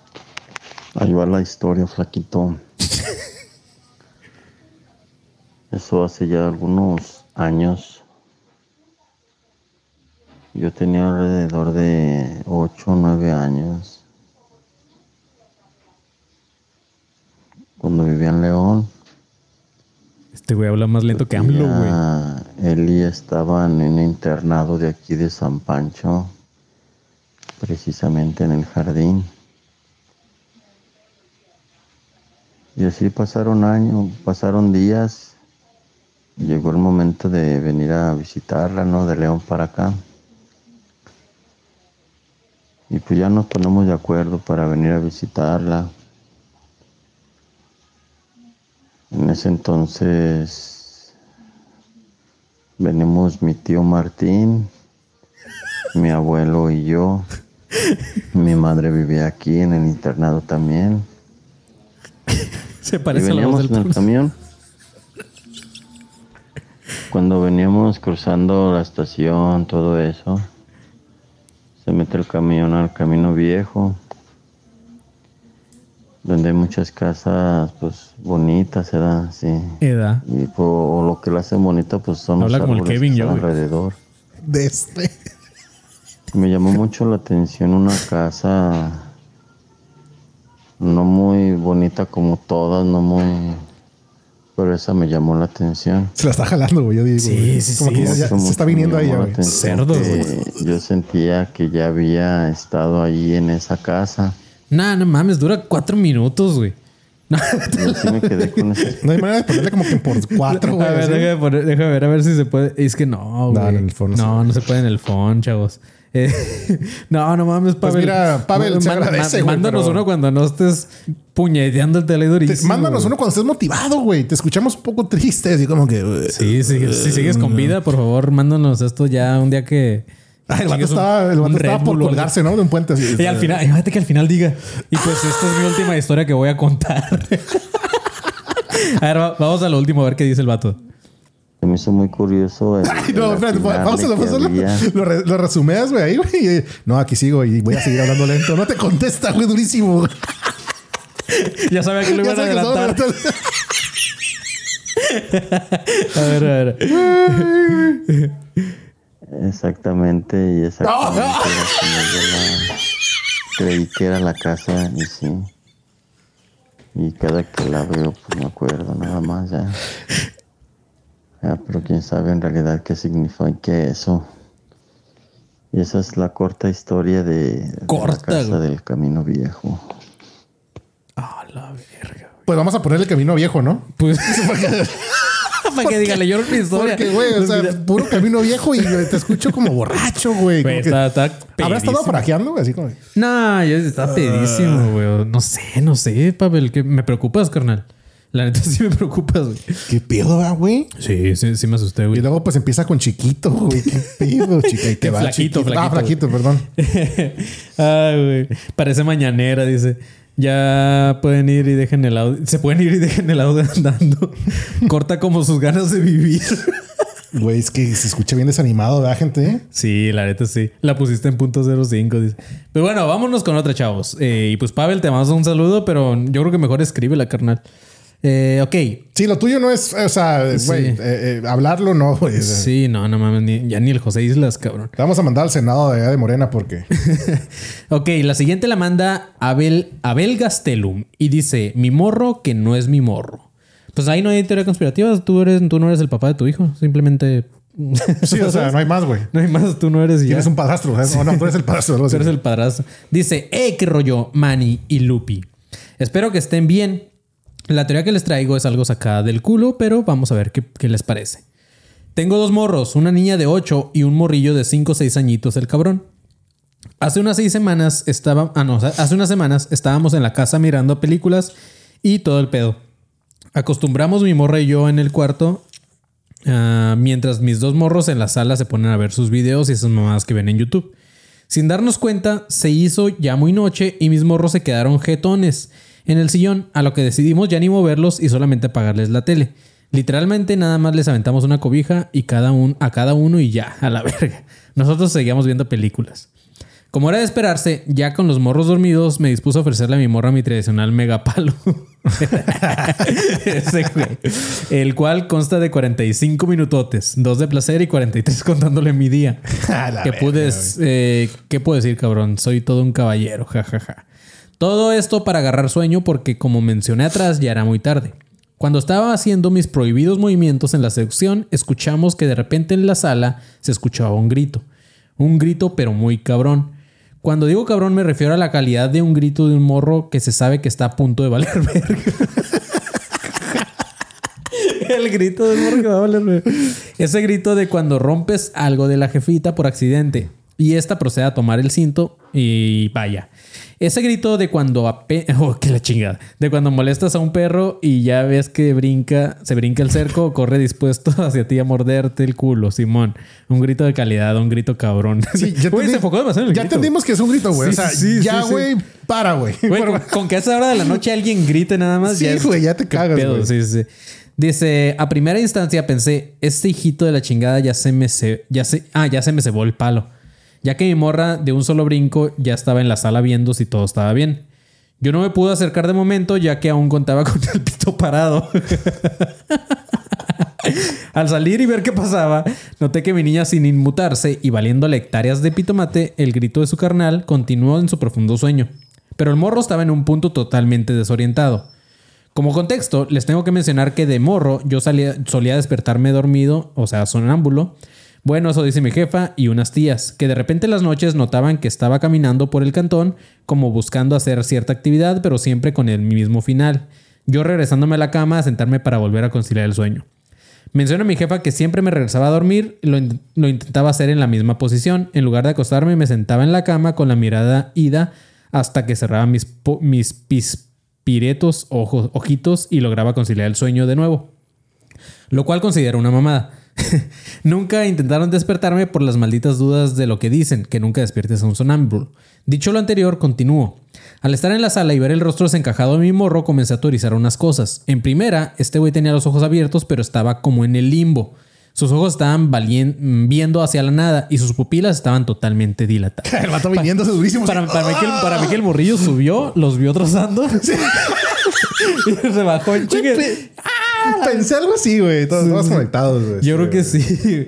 Ahí va la historia, flaquito. Eso hace ya algunos años. Yo tenía alrededor de ocho o nueve años. Cuando vivía en León. Este güey habla más lento que AMLO, güey. Ya él y estaba en un internado de aquí de San Pancho. Precisamente en el jardín. Y así pasaron años, pasaron días. Llegó el momento de venir a visitarla, ¿no? De León para acá. Y pues ya nos ponemos de acuerdo para venir a visitarla. En ese entonces venimos mi tío Martín, mi abuelo y yo. Mi madre vivía aquí en el internado también. Se Y parece a la voz veníamos del en el Pulso. camión. Cuando veníamos cruzando la estación, todo eso, se mete el camión al camino viejo, donde hay muchas casas, pues, bonitas, ¿verdad? Sí. Edad. Y pues, o lo que la hace bonita, pues, son Habla los como el árboles Kevin, que yo, están güey. alrededor. De este. Me llamó mucho la atención una casa no muy bonita como todas, no muy... Pero esa me llamó la atención. Se la está jalando, güey. Yo digo, Sí, güey. sí, Como sí. que ya- ya Mucho, se está mucho viniendo me ahí, llamó la güey. atención Cerdos, que yo sentía que ya había estado ahí en esa casa. Nah, no mames, dura cuatro minutos, güey. No. Yo sí me quedé con ese... No hay manera de ponerle como que por cuatro, güey. A ver, así. déjame, poner- déjame ver a ver si se puede. Es que no, No, güey. en el phone no se No, puede. no se puede en el phone, chavos. Eh, no, no mames, Pavel. mira, Pavel, se agradece, güey, Mándanos pero- uno cuando no estés puñeteando el tele Te- durísimo. mándanos güey. uno cuando estés motivado, güey. Te escuchamos un poco triste, así como que. uh, Sí, sí, si sigues con vida, por favor, mándanos esto ya un día que. Ah, el vato chingues un- estaba, el vato un estaba Red por Bull o algo. colgarse, ¿no? De un puente así. Y al final, imagínate que al final diga. Y pues esta es mi última historia que voy a contar. A ver, va- vamos a lo último a ver qué dice el vato. Se me hizo muy curioso el, Ay, no, el espérate, atinarle vamos a que vamos a- había. lo, re- lo resumeas, güey, ahí, güey. No, aquí sigo y voy a seguir hablando lento. No te contesta, güey, durísimo. güey. Ya sabía que lo Ya iban a sabes que estamos adelantar. adelantando. A ver, a ver. Exactamente, y exactamente era como yo la creí que era la casa, y sí. Y cada que la veo, pues me acuerdo nada más ya. Ya, pero quién sabe en realidad qué significa eso. Y esa es la corta historia de, de Corta, la casa güey. del Camino Viejo. Ah, la verga. Pues vamos a ponerle camino viejo, ¿no? Pues. Para que diga, leyó mi historia. Porque, güey, o sea, puro camino viejo y güey, te escucho como borracho, güey. Güey, como que- está, está ¿Habrá estado pedísimo. frajeando, güey? Así como. No, yo está pedísimo, güey. No sé, no sé, Pavel. Que me preocupas, carnal. La neta sí me preocupas, güey. ¿Qué pedo, va, güey? Sí, sí, sí me asusté, Y güey. luego pues empieza con chiquito, güey. ¿Qué pedo, chica? Y te va Flaquito, chiquito. Ah, flaquito, flaquito, perdón. Ay, güey. Parece mañanera, dice. Ya pueden ir y dejen el audio. Se pueden ir y dejen el audio andando. Corta como sus ganas de vivir. Güey, es que se escucha bien desanimado, ¿verdad, gente? ¿Eh? Sí, la neta sí. La pusiste en punto cero cinco, dice. Pero bueno, vámonos con otra, chavos. Eh, y pues, Pavel, te mando un saludo, pero yo creo que mejor escríbela, carnal. Eh, ok. Sí, lo tuyo no es, o sea, güey, Sí. eh, eh, hablarlo no, güey. Sí, no, no mames. Ni, ya ni el José Islas, cabrón. Te vamos a mandar al Senado de allá de Morena porque Ok, la siguiente la manda Abel, Abel Gastelum y dice: mi morro que no es mi morro. Pues ahí no hay teoría conspirativa. Tú, eres, tú no eres el papá de tu hijo. Simplemente. sí, o sea, no hay más, güey. No hay más, tú no eres. y ya. Tienes un padrastro, ¿sabes? O no, tú eres el padrastro. algo Tú así. eres el padrastro. Dice: ¡Eh, qué rollo, Manny y Lupi! Espero que estén bien. La teoría que les traigo es algo sacada del culo, pero vamos a ver qué, qué les parece. Tengo dos morros, una niña de ocho y un morrillo de cinco o seis añitos, el cabrón. Hace unas seis semanas estaba, ah, no, hace unas semanas estábamos en la casa mirando películas y todo el pedo. Acostumbramos mi morra y yo en el cuarto, uh, mientras mis dos morros en la sala se ponen a ver sus videos y esas mamadas que ven en YouTube. Sin darnos cuenta, se hizo ya muy noche y mis morros se quedaron jetones en el sillón, a lo que decidimos ya ni moverlos y solamente apagarles la tele. Literalmente nada más les aventamos una cobija y cada un, a cada uno y ya, a la verga. Nosotros seguíamos viendo películas. Como era de esperarse, ya con los morros dormidos, me dispuso a ofrecerle a mi morra mi tradicional megapalo. Ese güey. El cual consta de cuarenta y cinco minutotes, dos de placer y cuarenta y tres contándole mi día. A la ¿Qué, verga, pudes, eh, ¿Qué puedo decir, cabrón? Soy todo un caballero, jajaja. Ja, ja. Todo esto para agarrar sueño porque, como mencioné atrás, ya era muy tarde. Cuando estaba haciendo mis prohibidos movimientos en la seducción, escuchamos que de repente en la sala se escuchaba un grito. Un grito pero muy cabrón. Cuando digo cabrón me refiero a la calidad de un grito de un morro que se sabe que está a punto de valer verga. El grito del morro que va a valer verga. Ese grito de cuando rompes algo de la jefita por accidente y esta procede a tomar el cinto y vaya. Ese grito de cuando ape- oh, que la chingada. De cuando molestas a un perro y ya ves que brinca, se brinca el cerco, corre dispuesto hacia ti a morderte el culo, Simón. Un grito de calidad, un grito cabrón. Sí, ya Güey, entendí- se enfocó demasiado en el Ya grito. entendimos que es un grito, güey. Sí, o sea, sí, sí, ya, sí. güey, para, güey. Güey, con, con que a esa hora de la noche alguien grite nada más. Sí, ya es- güey, ya te qué cagas, pedo, güey. sí, sí. Dice, a primera instancia pensé, este hijito de la chingada ya se me se, ya se, ah, ya se me cebó el palo. Ya que mi morra de un solo brinco ya estaba en la sala viendo si todo estaba bien. Yo no me pude acercar de momento ya que aún contaba con el pito parado. Al salir y ver qué pasaba, noté que mi niña, sin inmutarse y valiéndole hectáreas de pitomate, el grito de su carnal continuó en su profundo sueño. Pero el morro estaba en un punto totalmente desorientado. Como contexto, les tengo que mencionar que de morro yo salía, solía despertarme dormido, o sea, sonámbulo. Bueno, eso dice mi jefa y unas tías, que de repente en las noches notaban que estaba caminando por el cantón como buscando hacer cierta actividad, pero siempre con el mismo final. Yo regresándome a la cama a sentarme para volver a conciliar el sueño. Menciona a mi jefa que siempre me regresaba a dormir, lo, in- lo intentaba hacer en la misma posición. En lugar de acostarme, me sentaba en la cama con la mirada ida hasta que cerraba mis, po- mis pispiretos ojos, ojitos y lograba conciliar el sueño de nuevo. Lo cual considero una mamada. Nunca intentaron despertarme por las malditas dudas de lo que dicen, que nunca despiertes a un sonámbulo. Dicho lo anterior, continúo. Al estar en la sala y ver el rostro desencajado de mi morro, comencé a teorizar unas cosas. En primera, este güey tenía los ojos abiertos, pero estaba como en el limbo. Sus ojos estaban valien- viendo hacia la nada y sus pupilas estaban totalmente dilatadas. El vato viniéndose durísimo. Para, así. para, mí que el, para mí que el morrillo subió, los vio trozando y se bajó en chingue. Pensé algo así, güey. Todos, todos conectados, güey. Yo creo que sí.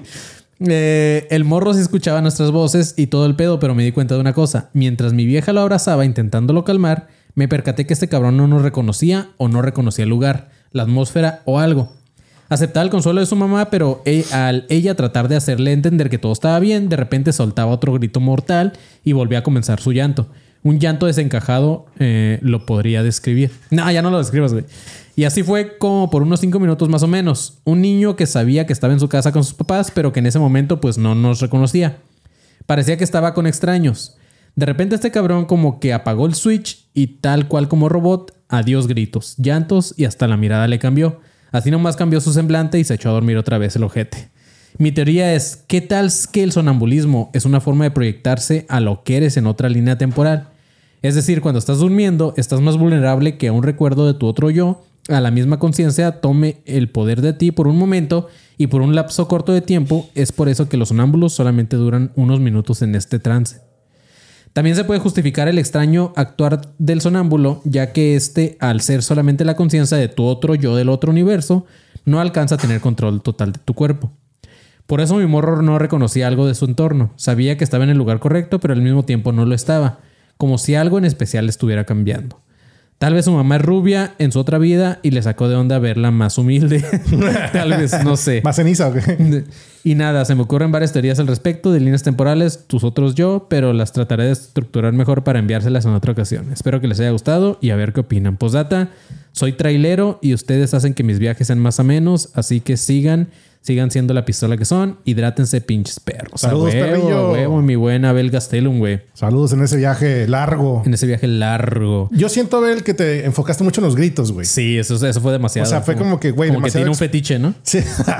Eh, el morro sí escuchaba nuestras voces y todo el pedo, pero me di cuenta de una cosa. Mientras mi vieja lo abrazaba intentándolo calmar, me percaté que este cabrón no nos reconocía o no reconocía el lugar, la atmósfera o algo. Aceptaba el consuelo de su mamá, pero e- al ella tratar de hacerle entender que todo estaba bien, de repente soltaba otro grito mortal y volvía a comenzar su llanto. Un llanto desencajado eh, lo podría describir. No, ya no lo describas, güey. Y así fue como por unos cinco minutos más o menos. Un niño que sabía que estaba en su casa con sus papás, pero que en ese momento pues no nos reconocía. Parecía que estaba con extraños. De repente este cabrón como que apagó el switch y tal cual como robot, adiós gritos, llantos y hasta la mirada le cambió. Así nomás cambió su semblante y se echó a dormir otra vez el ojete. Mi teoría es, ¿qué tal que el sonambulismo es una forma de proyectarse a lo que eres en otra línea temporal? Es decir, cuando estás durmiendo, estás más vulnerable que a un recuerdo de tu otro yo, a la misma conciencia tome el poder de ti por un momento y por un lapso corto de tiempo. Es por eso que los sonámbulos solamente duran unos minutos en este trance. También se puede justificar el extraño actuar del sonámbulo, ya que este, al ser solamente la conciencia de tu otro yo del otro universo, no alcanza a tener control total de tu cuerpo. Por eso mi morro no reconocía algo de su entorno. Sabía que estaba en el lugar correcto, pero al mismo tiempo no lo estaba, como si algo en especial estuviera cambiando. Tal vez su mamá es rubia en su otra vida y le sacó de onda verla más humilde. Tal vez, no sé. ¿Más ceniza o qué? Y nada, se me ocurren varias teorías al respecto de líneas temporales, tus otros yo, pero las trataré de estructurar mejor para enviárselas en otra ocasión. Espero que les haya gustado y a ver qué opinan. Postdata, soy trailero y ustedes hacen que mis viajes sean más amenos, así que sigan, sigan siendo la pistola que son. Hidrátense, pinches perros. Saludos, a huevo, perrillo. a huevo, mi buen Abel Gastelum, güey. Saludos en ese viaje largo. En ese viaje largo. Yo siento, Abel, que te enfocaste mucho en los gritos, güey. Sí, eso, eso fue demasiado. O sea, fue como que, güey, como que demasiado tiene un ex- fetiche, ¿no? Sí.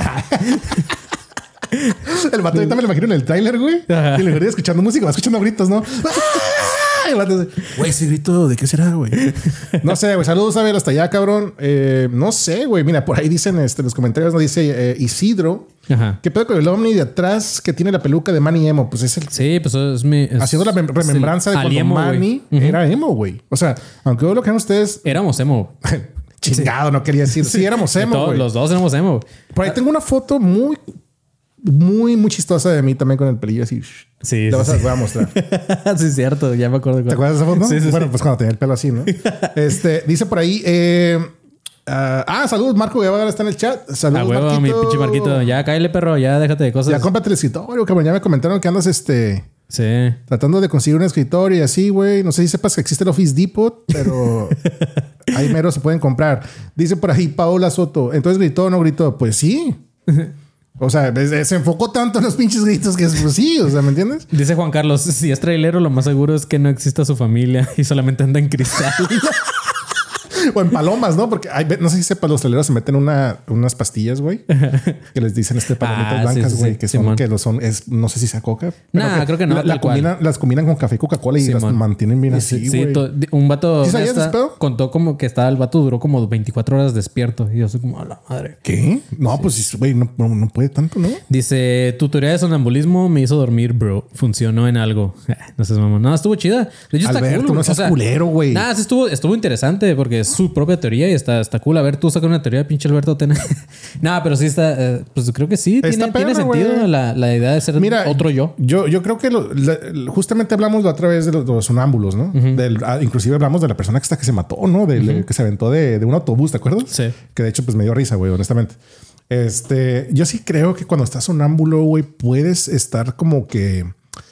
El vato ahorita me lo imagino en el trailer, güey. Ajá. Y le vería escuchando música, va escuchando gritos, ¿no? Y el vato dice, güey, ese grito, ¿de qué será, güey? No sé, güey. Saludos, Abel, hasta allá, cabrón. Eh, no sé, güey. Mira, por ahí dicen este, en los comentarios, nos dice eh, Isidro. Ajá. ¿Qué pedo con el ovni de atrás que tiene la peluca de Manny Emo? Pues es el... Sí, pues es mi... es- Haciendo la mem- es remembranza el de cuando aliemo, güey. Manny Ujú. era emo, güey. O sea, aunque lo crean ustedes, Éramos emo. chingado, no quería decir. Sí, éramos emo, Todos- güey. Los dos éramos emo. Por ahí tengo una foto muy, muy, muy chistosa de mí también con el pelillo así. Sí, Te sí, vas a, sí. voy a mostrar. Sí, es cierto. Ya me acuerdo. ¿Te acuerdas de esa foto? Sí, sí, bueno, sí. pues cuando tenía el pelo así, ¿no? Este, dice por ahí, eh, ah, ah, saludos, Marco Guevara está en el chat. Saludos, A huevo, Marquito. mi pinche Marquito. Ya cáele, perro. Ya déjate de cosas. Ya cómprate el escritorio, cabrón. Ya me comentaron que andas, este... Sí. Tratando de conseguir un escritorio y así, güey. No sé si sepas que existe el Office Depot, pero ahí mero se pueden comprar. Dice por ahí Paola Soto. Entonces, ¿gritó o no gritó? Pues sí. O sea, se enfocó tanto en los pinches gritos que es, pues sí, o sea, ¿me entiendes? Dice Juan Carlos, si es trailero, lo más seguro es que no exista su familia y solamente anda en cristal. O en palomas, ¿no? Porque hay, no sé si sepas, los traileros se meten una, unas pastillas, güey, que les dicen este palomitas Ah, blancas, sí, sí, güey, sí. que son, Simón. que lo son, es, no sé si sea coca. Nah, creo que no, La, la tal cual. combinan, las combinan con café y Coca-Cola y las Simón. mantienen bien Sí, así, sí, güey. to- un vato ¿Sí sabías de esta- ese pedo? contó como que estaba el vato duró como veinticuatro horas despierto y yo soy como a la madre. ¿Qué? No, pues, güey, no, no, no puede tanto, ¿no? Dice, tu teoría de sonambulismo me hizo dormir, bro. Funcionó en algo. No sé, mamá. No, estuvo chida. De hecho, está Alberto, cool. no seas culero, güey. Nada, sí estuvo, estuvo interesante porque es su propia teoría y está, está cool. A ver, tú saca una teoría, pinche Alberto Tena. Nada, pero sí está... eh, pues creo que sí. Está Tiene, perra, tiene sentido güey. la, la idea de ser Mira, otro yo. Yo, yo creo que lo- la- justamente hablamos la otra vez de los, de los sonámbulos, ¿no? Del, ah, inclusive hablamos de la persona que está que se mató, ¿no? Del, que se aventó de, de un autobús, ¿te acuerdas? Sí. Que de hecho, pues me dio risa, güey, honestamente. Este, yo sí creo que cuando estás sonámbulo, güey, puedes estar como que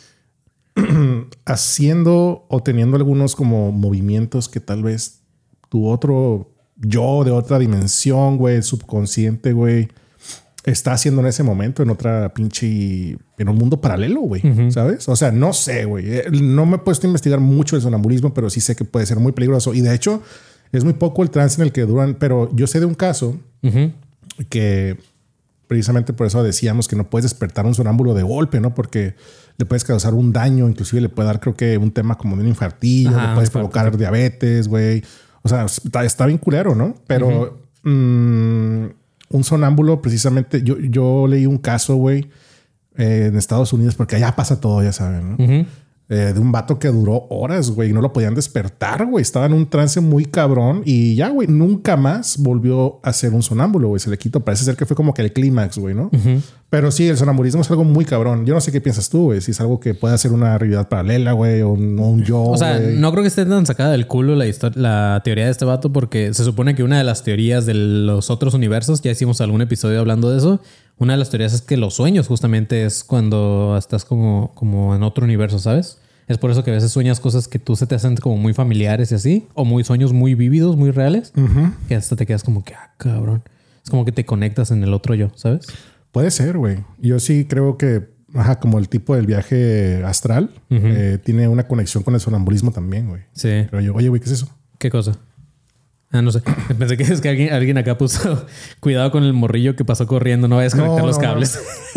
haciendo o teniendo algunos como movimientos que tal vez tu otro yo de otra dimensión, güey, subconsciente, güey, está haciendo en ese momento en otra pinche, en un mundo paralelo, güey, ¿sabes? O sea, no sé, güey. Eh, No me he puesto a investigar mucho el sonambulismo, pero sí sé que puede ser muy peligroso. Y de hecho, es muy poco el trance en el que duran, pero yo sé de un caso Ujú. que precisamente por eso decíamos que no puedes despertar un sonámbulo de golpe, ¿no? Porque le puedes causar un daño, inclusive le puede dar, creo que un tema como de un infartillo, Ajá, le un puedes infarto. provocar diabetes, güey. O sea, está, está bien culero, ¿no? Pero mm, un sonámbulo, precisamente, yo, yo leí un caso, güey, eh, en Estados Unidos, porque allá pasa todo, ya saben, ¿no? Ujú. Eh, de un vato que duró horas, güey, y no lo podían despertar, güey. Estaba en un trance muy cabrón y ya, güey, nunca más volvió a ser un sonámbulo, güey. Se le quitó. Parece ser que fue como que el clímax, güey, ¿no? Pero sí, el sonambulismo es algo muy cabrón. Yo no sé qué piensas tú, güey. Si es algo que puede ser una realidad paralela, güey, o un, o un yo. O sea, güey. no creo que esté tan sacada del culo la, histo- la teoría de este vato porque se supone que una de las teorías de los otros universos, ya hicimos algún episodio hablando de eso, una de las teorías es que los sueños justamente es cuando estás como, como en otro universo, ¿sabes? Es por eso que a veces sueñas cosas que tú se te hacen como muy familiares y así, o muy sueños muy vívidos, muy reales, que hasta te quedas como que, ah, cabrón. Es como que te conectas en el otro yo, ¿sabes? Puede ser, güey. Yo sí creo que, ajá, como el tipo del viaje astral, eh, tiene una conexión con el sonambulismo también, güey. Sí. Pero yo, oye, güey, ¿qué es eso? ¿Qué cosa? Ah, no sé. Pensé que es que alguien, alguien acá puso cuidado con el morrillo que pasó corriendo. No vayas a conectar No, los no, cables.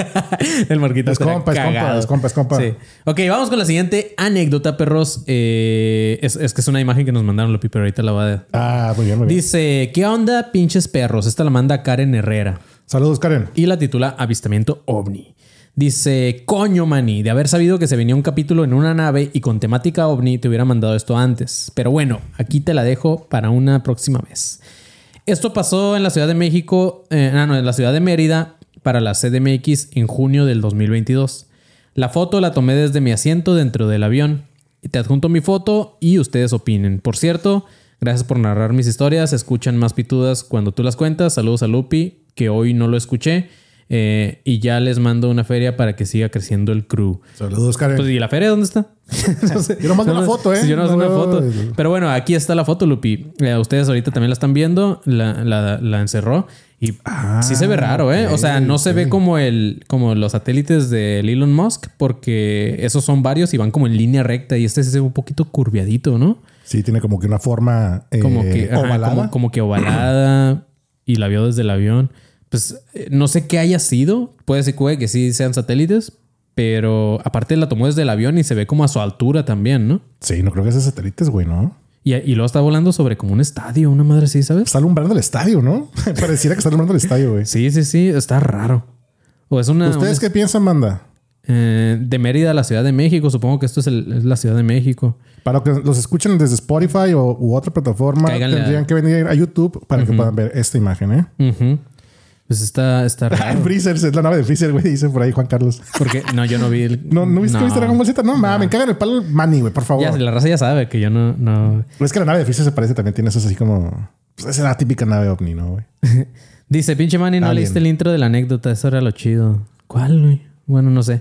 El morquito Es estará compa, es compa, cagado. es compa, es compa. Sí. Ok, vamos con la siguiente anécdota, perros. Eh, es, es que es una imagen que nos mandaron, Lopi, pero ahorita la va a... Ah, muy bien, muy bien. Dice, ¿qué onda, pinches perros? Esta la manda Karen Herrera. Saludos, Karen. Y la titula Avistamiento OVNI. Dice, coño, maní, de haber sabido que se venía un capítulo en una nave y con temática OVNI te hubiera mandado esto antes. Pero bueno, aquí te la dejo para una próxima vez. Esto pasó en la Ciudad de México, eh, ah, no, en la Ciudad de Mérida para la C D M X en junio del dos mil veintidós. La foto la tomé desde mi asiento dentro del avión. Te adjunto mi foto y ustedes opinen. Por cierto, gracias por narrar mis historias. Se escuchan más pitudas cuando tú las cuentas. Saludos a Lupi, que hoy no lo escuché. Eh, y ya les mando una feria para que siga creciendo el crew. Saludos, Karen. Pues, ¿y la feria dónde está? No sé. Yo nomás veo No, la no, foto, ¿eh? sí, yo nomás No veo una veo- foto. Pero bueno, aquí está la foto, Lupi. Eh, ustedes ahorita también la están viendo. La, la, la encerró. Y Ah, sí se ve raro, ¿eh? O sea, no se ve como el como los satélites de Elon Musk, porque esos son varios y van como en línea recta. Y este sí se ve un poquito curviadito, ¿no? Sí, tiene como que una forma eh, Como que ajá, ovalada. Como, como que ovalada. Y la vio desde el avión. Pues eh, no sé qué haya sido. Puede ser puede que sí sean satélites. Pero aparte la tomó desde el avión y se ve como a su altura también, ¿no? Sí, no creo que sean satélites, güey, ¿no? Y, y luego está volando sobre como un estadio, una madre así, ¿sabes? Está alumbrando el estadio, ¿no? Pareciera que está alumbrando el estadio, güey. Sí, sí, sí. Está raro. O es una... ¿Ustedes una- qué piensan, Manda? eh, de Mérida a la Ciudad de México. Supongo que esto es, el- es la Ciudad de México. Para que los escuchen desde Spotify o u otra plataforma, Cáiganle a- tendrían que venir a YouTube para que puedan ver esta imagen, ¿eh? Ujú. Pues está, está raro. Freezer, es la nave de Freezer, güey, dice por ahí Juan Carlos. Porque no, yo no vi el... ¿No, ¿no viste que viste Dragon Ball Z? No, mames, cagan el palo Manny, güey, por favor. Ya, la raza ya sabe que yo no... no... Es que la nave de Freezer se parece también, tiene esos así como... Pues esa es la típica nave ovni, ¿no, güey? Dice, pinche Manny, no Alien. leíste el intro de la anécdota. Eso era lo chido. ¿Cuál, güey? Bueno, no sé.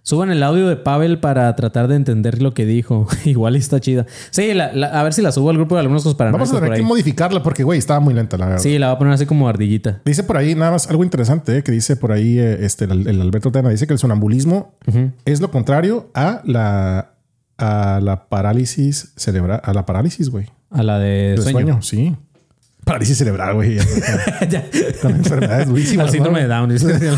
Suban el audio de Pavel para tratar de entender lo que dijo. Igual está chida. Sí, la, la, a ver si la subo al grupo de alumnos paranoicos. Vamos a tener que modificarla porque, güey, estaba muy lenta, la verdad. Sí, la voy a poner así como ardillita. Dice por ahí, nada más, algo interesante, eh, que dice por ahí eh, este, el, el Alberto Tena, dice que el sonambulismo uh-huh. es lo contrario a la, a la parálisis cerebral. A la parálisis, güey. A la de, de sueño. sueño. Sí. Parálisis cerebral, güey. Con enfermedades durísimas. Al síndrome ¿no? de Down.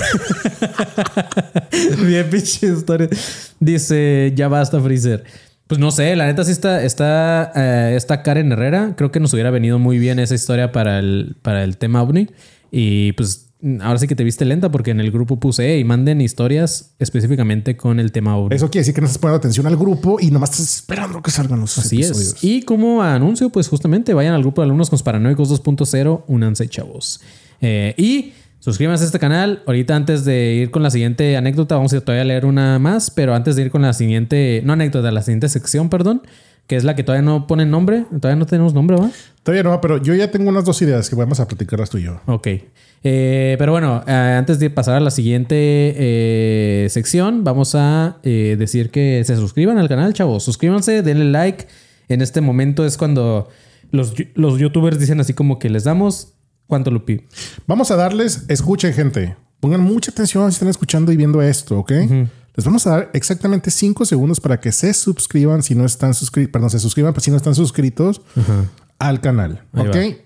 Bien pinche historia. Dice, ya basta, Freezer. Pues no sé, la neta sí está, está, uh, está Karen Herrera. Creo que nos hubiera venido muy bien esa historia para el, para el tema ovni. Y pues ahora sí que te viste lenta porque en el grupo puse y manden historias específicamente con el tema ovni. Eso quiere decir que no estás poniendo atención al grupo y nomás estás esperando que salgan los Así episodios. Es. Y como anuncio, pues justamente vayan al grupo de alumnos conspiranoicos dos punto cero. Únanse, chavos. Eh, y suscríbanse a este canal. Ahorita antes de ir con la siguiente anécdota, vamos a ir todavía a leer una más, pero antes de ir con la siguiente, no anécdota, la siguiente sección, perdón, que es la que todavía no ponen nombre. Todavía no tenemos nombre, ¿va? Todavía no, pero yo ya tengo unas dos ideas que vamos a platicarlas tú y yo. Ok. Eh, pero bueno, eh, antes de pasar a la siguiente eh, sección, vamos a eh, decir que se suscriban al canal, chavos. Suscríbanse, denle like. En este momento es cuando los, los youtubers dicen así como que les damos... ¿Cuánto, Lupi? Vamos a darles... Escuchen, gente. Pongan mucha atención si están escuchando y viendo esto, ¿ok? Uh-huh. Les vamos a dar exactamente cinco segundos para que se suscriban si no están suscritos. Perdón, se suscriban si no están suscritos uh-huh. al canal, Ahí ¿ok? Va.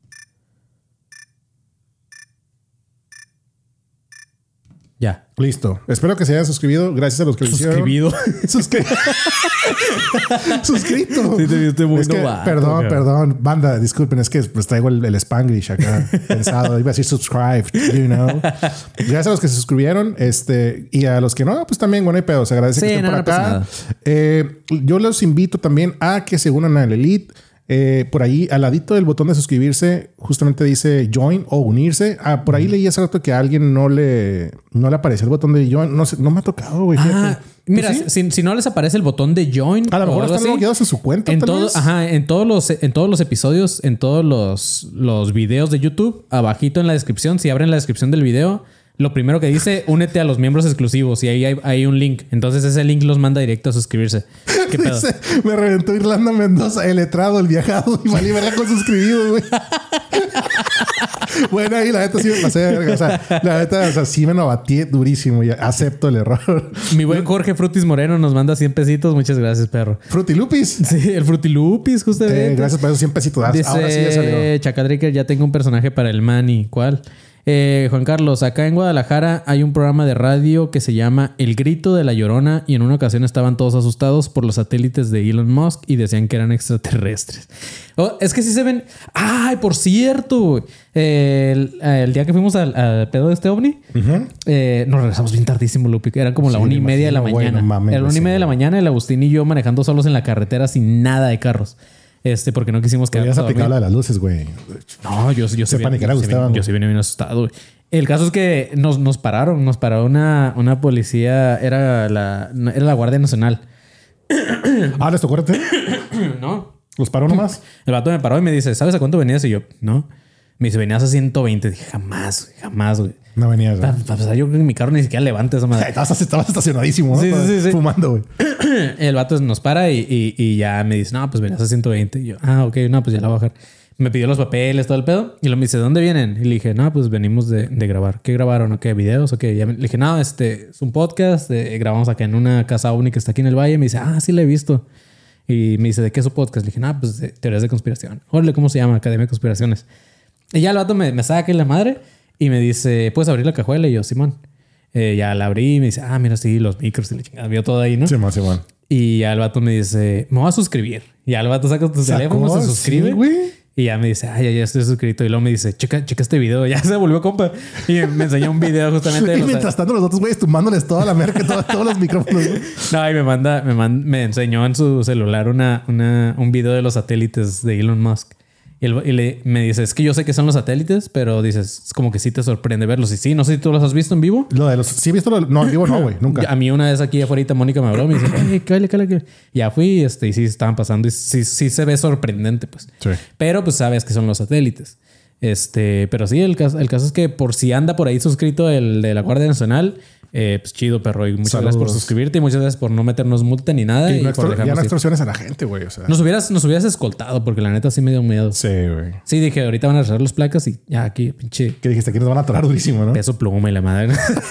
Ya. Listo. Espero que se hayan suscribido. Gracias a los que lo hicieron. Suscribido. Suscri- Suscrito. Sí, te viste muy es que, novato, Perdón, cara. perdón. Banda, disculpen. Es que pues traigo el, el Spanglish acá pensado. Iba a decir subscribe, you know. Gracias a los que se suscribieron. Este, y a los que no, pues también, bueno, hay pedo. Se agradece Sí, que estén no, por no pasa acá. nada. Eh, yo los invito también a que se unan al Elite. Eh, por ahí, al ladito del botón de suscribirse, justamente dice join o unirse. Ah, por ahí leí hace rato que a alguien no le, no le apareció el botón de join. No sé, no me ha tocado, güey. Ah, mira, ¿sí? si, si no les aparece el botón de join, a lo mejor están así, logueados en su cuenta. En tal todo, vez. ajá, en todos los, en todos los episodios, en todos los, los videos de YouTube, abajito en la descripción, si abren la descripción del video, lo primero que dice, únete a los miembros exclusivos y ahí hay, hay un link. Entonces ese link los manda directo a suscribirse. ¿Qué pedo? Dice, me reventó Irlanda Mendoza, el letrado, el viajado y valí verla con suscribido, güey. Bueno, ahí la neta sí me pasé de verga. O sea, la neta, o sea, sí me novateé durísimo y acepto el error. Mi buen Jorge Frutis Moreno nos manda cien pesitos. Muchas gracias, perro. Frutilupis. Sí, el Frutilupis, justamente. Eh, gracias por esos cien pesitos. Dice, ahora sí ya salió. Chacadricker, ya tengo un personaje para el Manny. ¿Cuál? Eh, Juan Carlos, acá en Guadalajara hay un programa de radio que se llama El Grito de la Llorona y en una ocasión estaban todos asustados por los satélites de Elon Musk y decían que eran extraterrestres. Oh, es que sí se ven... ¡Ay, por cierto! Eh, el, el día que fuimos al, al pedo de este ovni, uh-huh. eh, nos regresamos bien tardísimo, Lupi. Era como la sí, una y media de la mañana. Bueno, mames, Era la una y media de la mañana, el Agustín y yo manejando solos en la carretera sin nada de carros. Este, porque no quisimos quedar. Ya se aplicaba la de las luces, güey. No, yo, yo se panicara, yo, yo, yo sí venía bien asustado, güey. El caso es que nos, nos pararon, nos paró una, una policía, era la, era la Guardia Nacional. Ah, ¿les tocó? No. ¿Los paró nomás? El vato me paró y me dice, ¿sabes a cuánto venías? Y yo, no. Me dice, venías a ciento veinte. Dije, jamás, jamás, güey. No venías, güey. O sea, yo creo que mi carro ni siquiera levanta esa madre. Estabas, estabas estacionadísimo, ¿no? Sí, sí, sí, fumando, güey. El vato nos para y, y, y ya me dice, no, pues venías a ciento veinte. Y yo, ah, ok, no, pues ya la voy a bajar. Me pidió los papeles, todo el pedo. Y luego me dice, ¿dónde vienen? Y le dije, no, pues venimos de, de grabar. ¿Qué grabaron? ¿O qué? ¿Videos? ¿O qué? Y ya me, le dije, no, este es un podcast. Eh, grabamos acá en una casa ovni que está aquí en el valle. Me dice, ah, sí la he visto. Y me dice, ¿de qué es su podcast? Le dije, no, pues de teorías de conspiración. Órale, ¿cómo se llama? Academia de Conspiraciones. Y ya el vato me, me saca en la madre y me dice, ¿puedes abrir la cajuela? Y yo, Simón. Eh, ya la abrí y me dice, ah, mira, sí, los micros y la chingada. Vio todo ahí, ¿no? Simón, Simón. Y ya el vato me dice, me voy a suscribir. Y ya el vato saca tu teléfono, se suscribe. Sí, güey. Y ya me dice, ay, ya, ya estoy suscrito. Y luego me dice, checa, checa este video. Ya se volvió compa. Y me enseñó un video justamente. De y los... mientras tanto, los otros güeyes tumbándoles toda la merca, todo, todos los micrófonos. No, y me manda, me manda, me enseñó en su celular una, una, un video de los satélites de Elon Musk. Y, él, y le, me dice, es que yo sé que son los satélites, pero dices, es como que sí te sorprende verlos. Y sí, no sé si tú los has visto en vivo. Lo de los... Sí he visto... Lo, no, en vivo no, güey. Nunca. A mí una vez aquí afuera Mónica me habló y me dice, ay, cállate, cállate. Ya fui este, y sí estaban pasando. Y sí, sí se ve sorprendente, pues. Sí. Pero pues sabes que son los satélites. Este, pero sí, el caso, el caso es que por si anda por ahí suscrito el de la Guardia Nacional, Eh, pues chido, perro. Y muchas Saludos. gracias por suscribirte y muchas gracias por no meternos multa ni nada. Y Y, no por extor- ya dejarnos no ir. extorsiones a la gente, güey. O sea. Nos hubieras, nos hubieras escoltado porque la neta sí me dio miedo. Sí, güey. Sí, dije, ahorita van a cerrar las placas y ya aquí, pinche ¿Qué dijiste? Aquí nos van a atorar durísimo, ¿no? peso pluma y la madre.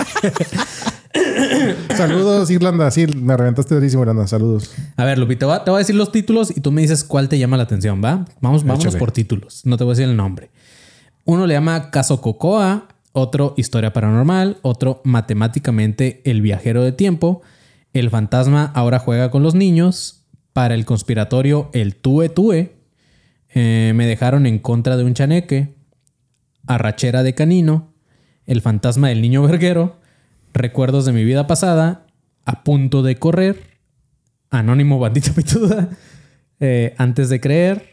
Saludos, Irlanda. Sí, me reventaste durísimo, Irlanda. Saludos. A ver, Lupi, te voy a, te voy a decir los títulos y tú me dices cuál te llama la atención, ¿va? Vamos, vámonos Échale. por títulos. No te voy a decir el nombre. Uno le llama Caso Cocoa, otro Historia Paranormal, otro Matemáticamente el Viajero de Tiempo, El Fantasma ahora juega con los niños, para el conspiratorio El Tue Tue, eh, Me dejaron en contra de un chaneque, Arrachera de Canino, El Fantasma del Niño Verguero, Recuerdos de mi vida pasada, A punto de correr, Anónimo Bandita Pituda, eh, Antes de creer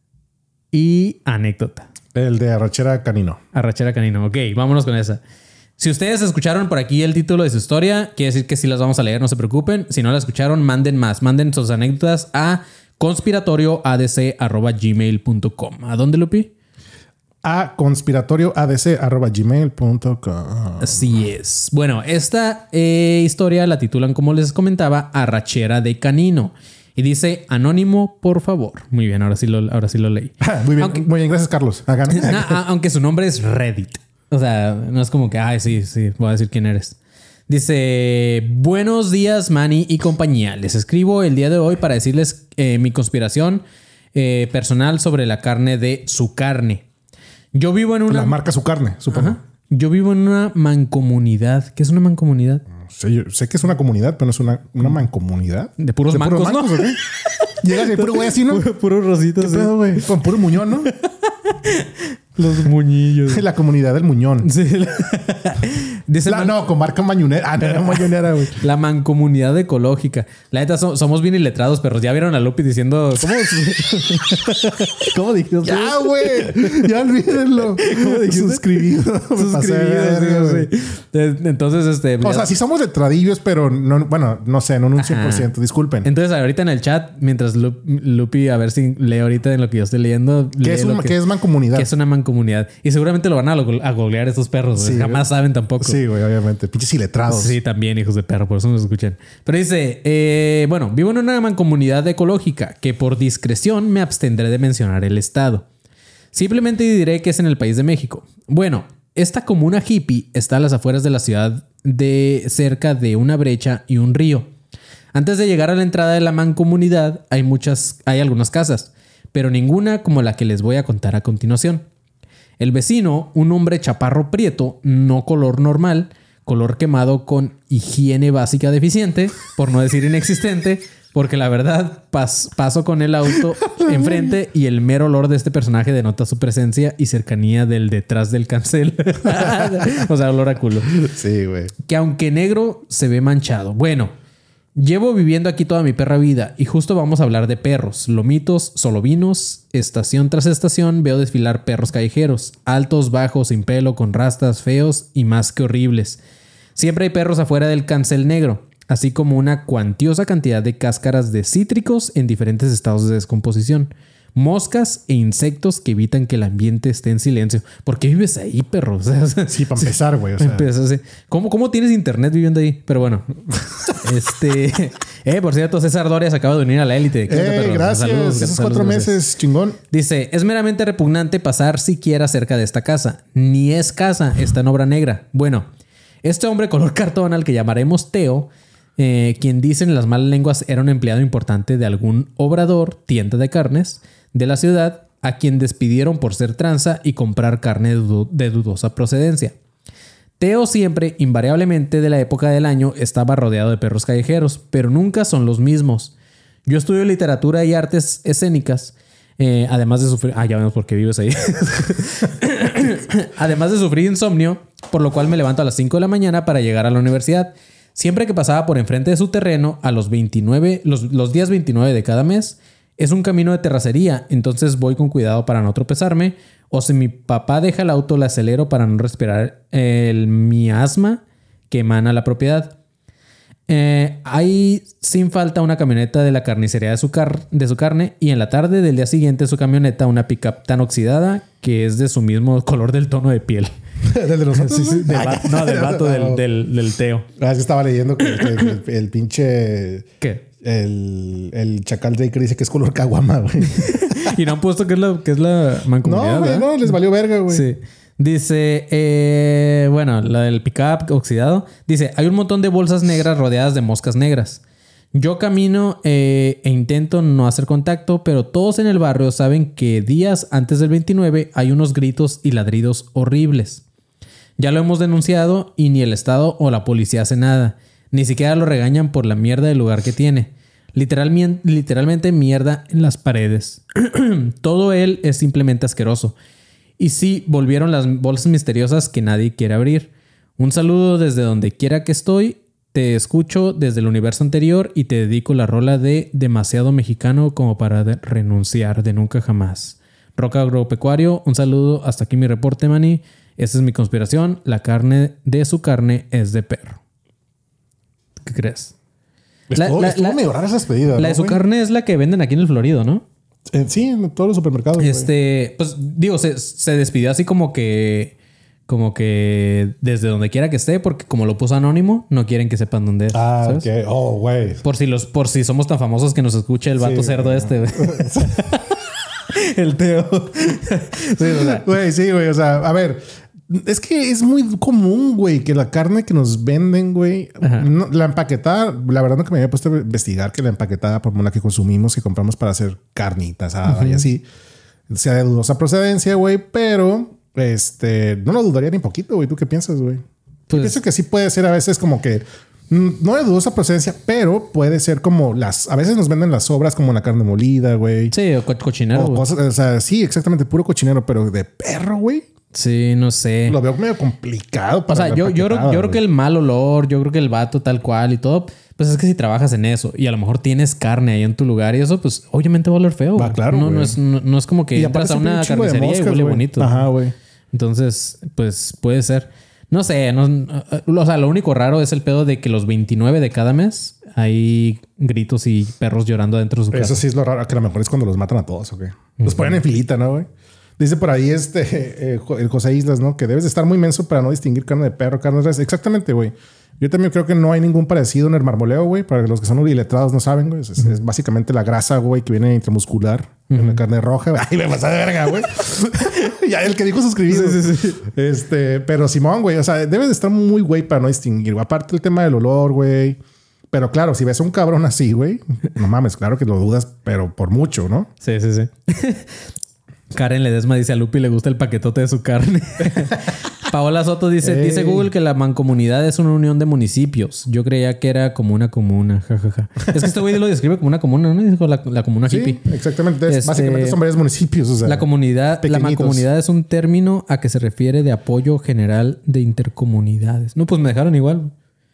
y Anécdota. El de Arrachera Canino. Arrachera Canino. Ok, vámonos con esa. Si ustedes escucharon por aquí el título de su historia, quiere decir que sí las vamos a leer, no se preocupen. Si no la escucharon, manden más. Manden sus anécdotas a conspiratorio a d c arroba gmail punto com. ¿A dónde, Lupi? A conspiratorio a d c arroba gmail punto com. Así es. Bueno, esta eh, historia la titulan, como les comentaba, Arrachera de Canino. Y dice, anónimo, por favor. Muy bien, ahora sí lo, ahora sí lo leí. Muy bien, Aunque- muy bien. Gracias, Carlos. Hagan. Na- a- aunque su nombre es Reddit. O sea, no es como que, ay, sí, sí, voy a decir quién eres. Dice, buenos días, Manny y compañía. Les escribo el día de hoy para decirles eh, mi conspiración eh, personal sobre la carne de su carne. Yo vivo en una... La marca su carne, supongo. Ajá. Yo vivo en una mancomunidad. ¿Qué es una mancomunidad? Sé, yo sé que es una comunidad, pero no es una, una mancomunidad. De puros mancos, ¿no? ¿o qué? Llegas y hay puro güey así, ¿no? Puros rositos. ¿Qué pedo, güey? Con puro muñón, ¿no? Los muñillos. La comunidad del muñón. Sí, la- Dice La- man- no, con marca mañonera. Ah, no era mañonera, güey. La mancomunidad ecológica. La neta, so- somos bien iletrados, perros. Ya vieron a Lupi diciendo... ¿Cómo, ¿Cómo dijiste? Ya, güey. Ya olvídenlo. Suscribido. Me pasé de verga, Suscribidos, güey. sí, sí. Eh, Entonces, este... O ya- sea, sí somos letradillos, pero no, bueno, no sé, no en un cien por ciento. Disculpen. Entonces, ahorita en el chat, mientras Lu- Lupi, a ver si lee ahorita en lo que yo estoy leyendo... ¿Qué lee es, lo un, que- ¿Qué es mancomunidad? que es una mancomunidad. Y seguramente lo van a, lo- a googlear estos perros. güey. Sí, Jamás güey. saben tampoco. Sí, güey, obviamente. Pinches iletrados. Sí, también, hijos de perro, por eso nos escuchan. Pero dice, eh, bueno, vivo en una mancomunidad ecológica que por discreción me abstendré de mencionar el estado. Simplemente diré que es en el país de México. Bueno, esta comuna hippie está a las afueras de la ciudad, de cerca de una brecha y un río. Antes de llegar a la entrada de la mancomunidad hay muchas, hay algunas casas, pero ninguna como la que les voy a contar a continuación. El vecino, un hombre chaparro prieto, no color normal, color quemado con higiene básica deficiente, por no decir inexistente, porque la verdad pas- paso con el auto enfrente y el mero olor de este personaje denota su presencia y cercanía del detrás del cancel. O sea, olor a culo. Sí, güey. Que aunque negro se ve manchado. Bueno, llevo viviendo aquí toda mi perra vida y justo vamos a hablar de perros, lomitos, solovinos. Estación tras estación veo desfilar perros callejeros, altos, bajos, sin pelo, con rastas, feos y más que horribles. Siempre hay perros afuera del cancel negro, así como una cuantiosa cantidad de cáscaras de cítricos en diferentes estados de descomposición. Moscas e insectos que evitan que el ambiente esté en silencio. ¿Por qué vives ahí, perro? O sea, Sí, para empezar, güey. O sea, Empezó así. ¿Cómo, ¿Cómo tienes internet viviendo ahí? Pero bueno. este... Eh, por cierto, César Dorias acaba de unir a la élite. ¿Qué onda, eh, perro? gracias. Saludos, Esos saludos, cuatro gracias. meses, chingón. Dice, es meramente repugnante pasar siquiera cerca de esta casa. Ni es casa, está en obra negra. Bueno, este hombre color cartón al que llamaremos Teo, eh, quien dicen las malas lenguas era un empleado importante de algún obrador, tienda de carnes, de la ciudad, a quien despidieron por ser tranza y comprar carne de, du- de dudosa procedencia. Teo siempre, invariablemente de la época del año, estaba rodeado de perros callejeros, pero nunca son los mismos. Yo estudio literatura y artes escénicas, eh, además de sufrir... Ah, ya vemos por qué vives ahí. Además de sufrir insomnio, por lo cual me levanto a las cinco de la mañana para llegar a la universidad. Siempre que pasaba por enfrente de su terreno, a los veintinueve, los, los días veintinueve de cada mes, es un camino de terracería, entonces voy con cuidado para no tropezarme. O si mi papá deja el auto, le acelero para no respirar el miasma que emana la propiedad. Eh, hay sin falta una camioneta de la carnicería de su, car de su carne y en la tarde del día siguiente su camioneta una pickup tan oxidada que es de su mismo color del tono de piel. ¿Del de nosotros? Sí, sí, del vato, no, del vato del, del, del Teo. Ah, es que estaba leyendo que, que el, el pinche... ¿Qué? El, el chacal Drake dice que es color caguama, güey. Y no han puesto que es la, que es la mancomunidad. No, güey, no, les valió verga, güey. Sí. Dice, eh, bueno, la del pickup oxidado. Dice, hay un montón de bolsas negras rodeadas de moscas negras. Yo camino eh, e intento no hacer contacto, pero todos en el barrio saben que días antes del veintinueve hay unos gritos y ladridos horribles. Ya lo hemos denunciado y ni el Estado o la policía hace nada. Ni siquiera lo regañan por la mierda del lugar que tiene. Literalmente, literalmente mierda en las paredes. Todo él es simplemente asqueroso. Y sí, volvieron las bolsas misteriosas que nadie quiere abrir. Un saludo desde donde quiera que estoy. Te escucho desde el universo anterior y te dedico la rola de Demasiado Mexicano como para de renunciar de nunca jamás. Roca Agropecuario, un saludo. Hasta aquí mi reporte, Manny. Esa es mi conspiración. La carne de su carne es de perro. ¿Qué crees? Estuvo, la, estuvo la, medio rara esa despedida. La ¿no, de su güey? Carne es la que venden aquí en el Florido, ¿no? Eh, sí, en todos los supermercados. Este, güey. Pues digo, se, se despidió así como que... Como que desde donde quiera que esté, porque como lo puso anónimo, no quieren que sepan dónde es. Ah, ¿sabes? Ok. Oh, güey. Por si los, por si somos tan famosos que nos escuche el vato sí, cerdo güey. Este, güey. El Teo. Sí, o sea. Güey, sí, güey. O sea, a ver, es que es muy común, güey, que la carne que nos venden, güey, no, la empaquetada, la verdad no que me había puesto a investigar que la empaquetada por la que consumimos, que compramos para hacer carnitas uh-huh. y así, sea de dudosa procedencia, güey, pero este, no lo dudaría ni poquito, güey. ¿Tú qué piensas, güey? Pues, pienso que sí puede ser a veces como que no de dudosa procedencia, pero puede ser como las... A veces nos venden las sobras como la carne molida, güey. Sí, o co- cochinero. O, cosas, o sea, sí, exactamente, puro cochinero, pero de perro, güey. Sí, no sé. Lo veo medio complicado. Para o sea, yo, yo, creo, yo creo que el mal olor, yo creo que el vato tal cual y todo, pues es que si trabajas en eso y a lo mejor tienes carne ahí en tu lugar y eso, pues obviamente va a oler feo. Va, claro, no, no, es, no, no es como que y entras a una carnicería moscas, y huele wey. bonito. Ajá, güey. Entonces, pues puede ser. No sé, no, o sea, lo único raro es el pedo de que los veintinueve de cada mes hay gritos y perros llorando dentro de su casa. Eso sí es lo raro, que a lo mejor es cuando los matan a todos, ¿ok? Los uh-huh. ponen en filita, ¿no, güey? Dice por ahí este eh, el José Islas, ¿no? Que debes de estar muy menso para no distinguir carne de perro, carne de res. Exactamente, güey. Yo también creo que no hay ningún parecido en el marmoleo, güey. Para los que son iletrados no saben, güey. Es, uh-huh. es básicamente la grasa, güey, que viene intramuscular uh-huh. en la carne roja. Ay, me pasa de verga, güey. Ya el que dijo suscribir. Sí, sí, sí. Este, pero Simón, güey, o sea, debes de estar muy güey para no distinguir. Aparte el tema del olor, güey. Pero claro, si ves a un cabrón así, güey, no mames, claro que lo dudas, pero por mucho, ¿no? Sí, sí, sí. Karen Ledesma dice a Lupi le gusta el paquetote de su carne. Paola Soto dice, hey. dice Google que la mancomunidad es una unión de municipios. Yo creía que era como una comuna. Ja, ja, ja. Es que este güey lo describe como una comuna, ¿no? Dijo la, la comuna sí, hippie. Exactamente. Este, básicamente son varios municipios. O sea, la comunidad, pequeñitos. La mancomunidad es un término a que se refiere de apoyo general de intercomunidades. No, pues me dejaron igual.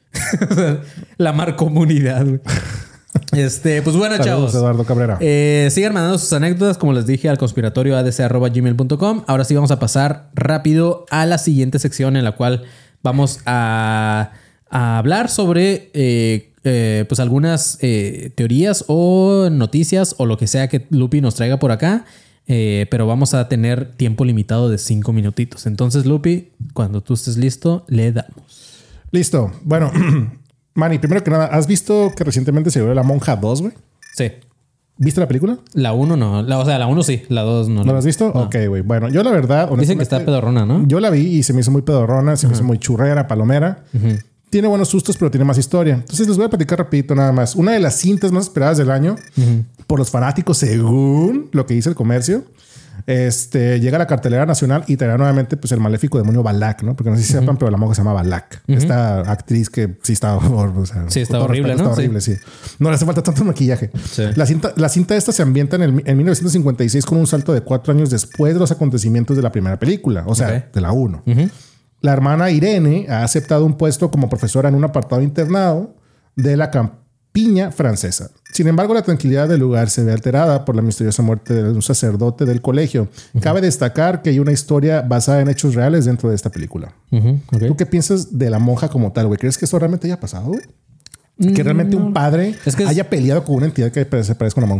La marcomunidad, güey. Este, pues bueno, Saludos, chavos. Eduardo Cabrera. Eh, sigan mandando sus anécdotas, como les dije, al conspiratorio a d c arroba gmail punto com. Ahora sí vamos a pasar rápido a la siguiente sección en la cual vamos a, a hablar sobre eh, eh, pues algunas eh, teorías o noticias o lo que sea que Lupi nos traiga por acá. Eh, pero vamos a tener tiempo limitado de cinco minutitos. Entonces, Lupi, cuando tú estés listo, le damos. Listo. Bueno. Manny, primero que nada, ¿has visto que recientemente se dio La Monja dos, güey? Sí. ¿Viste la película? La uno no. La, o sea, la uno sí. La dos no. ¿No la has visto? No. Ok, güey. Bueno, yo la verdad... Dicen que está pedorrona, ¿no? Yo la vi y se me hizo muy pedorrona. Se uh-huh. me hizo muy churrera, palomera. Uh-huh. Tiene buenos sustos, pero tiene más historia. Entonces les voy a platicar rapidito nada más. Una de las cintas más esperadas del año uh-huh. por los fanáticos, según lo que dice el comercio, este, llega a la cartelera nacional y traerá nuevamente pues, el maléfico demonio Balak, ¿no? Porque no sé si uh-huh. sepan, pero la monja se llama Balak. Uh-huh. Esta actriz que sí está... O sea, sí, está horrible, respeto, ¿no? Está horrible, sí. sí. No le hace falta tanto maquillaje. Sí. La cinta, la cinta esta se ambienta en, el, en mil novecientos cincuenta y seis con un salto de cuatro años después de los acontecimientos de la primera película. O sea, okay. de la uno. Uh-huh. La hermana Irene ha aceptado un puesto como profesora en un apartado internado de la campiña francesa. Sin embargo, la tranquilidad del lugar se ve alterada por la misteriosa muerte de un sacerdote del colegio. Uh-huh. Cabe destacar que hay una historia basada en hechos reales dentro de esta película. Uh-huh. Okay. ¿Tú qué piensas de la monja como tal, güey? ¿Crees que esto realmente haya pasado, güey? Que realmente un padre es que es, haya peleado con una entidad que se parezca a una monja, güey.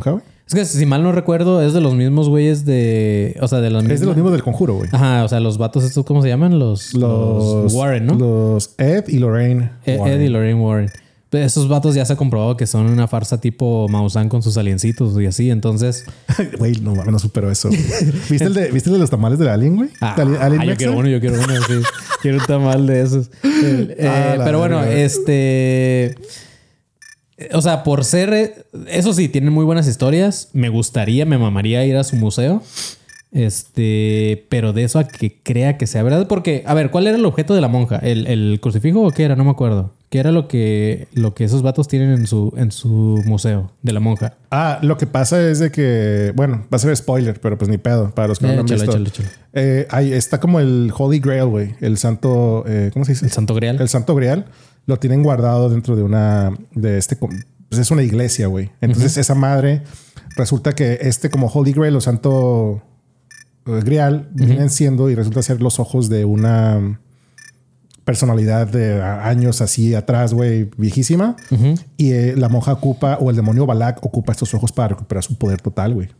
Es que si mal no recuerdo, es de los mismos güeyes de... O sea, de los mismos... Es de los mismos del Conjuro, güey. Ajá, o sea, los vatos estos, ¿cómo se llaman? Los, Los, los Warren, ¿no? Los Ed y Lorraine Ed, Warren. Ed y Lorraine Warren. Pero esos vatos ya se ha comprobado que son una farsa tipo Maussan con sus aliencitos y así. Entonces... Güey, no mames, no supero eso. ¿Viste el, de, ¿Viste el de los tamales del Alien, güey? Ah, ¿Alien, Alien ah, yo Mexa? quiero uno, yo quiero uno, sí. Quiero un tamal de esos. Eh, Ah, la pero bueno, verga. este... O sea, por ser... Eso sí, tienen muy buenas historias. Me gustaría, me mamaría ir a su museo. Este... Pero de eso a que crea que sea verdad. Porque, a ver, ¿cuál era el objeto de la monja? ¿El, el crucifijo o qué era? No me acuerdo. ¿Qué era lo que, lo que esos vatos tienen en su, en su museo de la monja? Ah, lo que pasa es de que... Bueno, va a ser spoiler, pero pues ni pedo. Para los que no Eh, lo han échalo, visto. échalo, échalo. Eh, ahí está como el Holy Grail, güey. El santo... Eh, ¿Cómo se dice? El Santo Grial. El Santo Grial. Lo tienen guardado dentro de una... De este... Pues es una iglesia, güey. Entonces esa madre... Resulta que este como Holy Grail o Santo eh, Grial vienen siendo y resulta ser los ojos de una personalidad de años así atrás, güey, viejísima. Uh-huh. Y eh, la monja ocupa, o el demonio Balak ocupa estos ojos para recuperar su poder total, güey.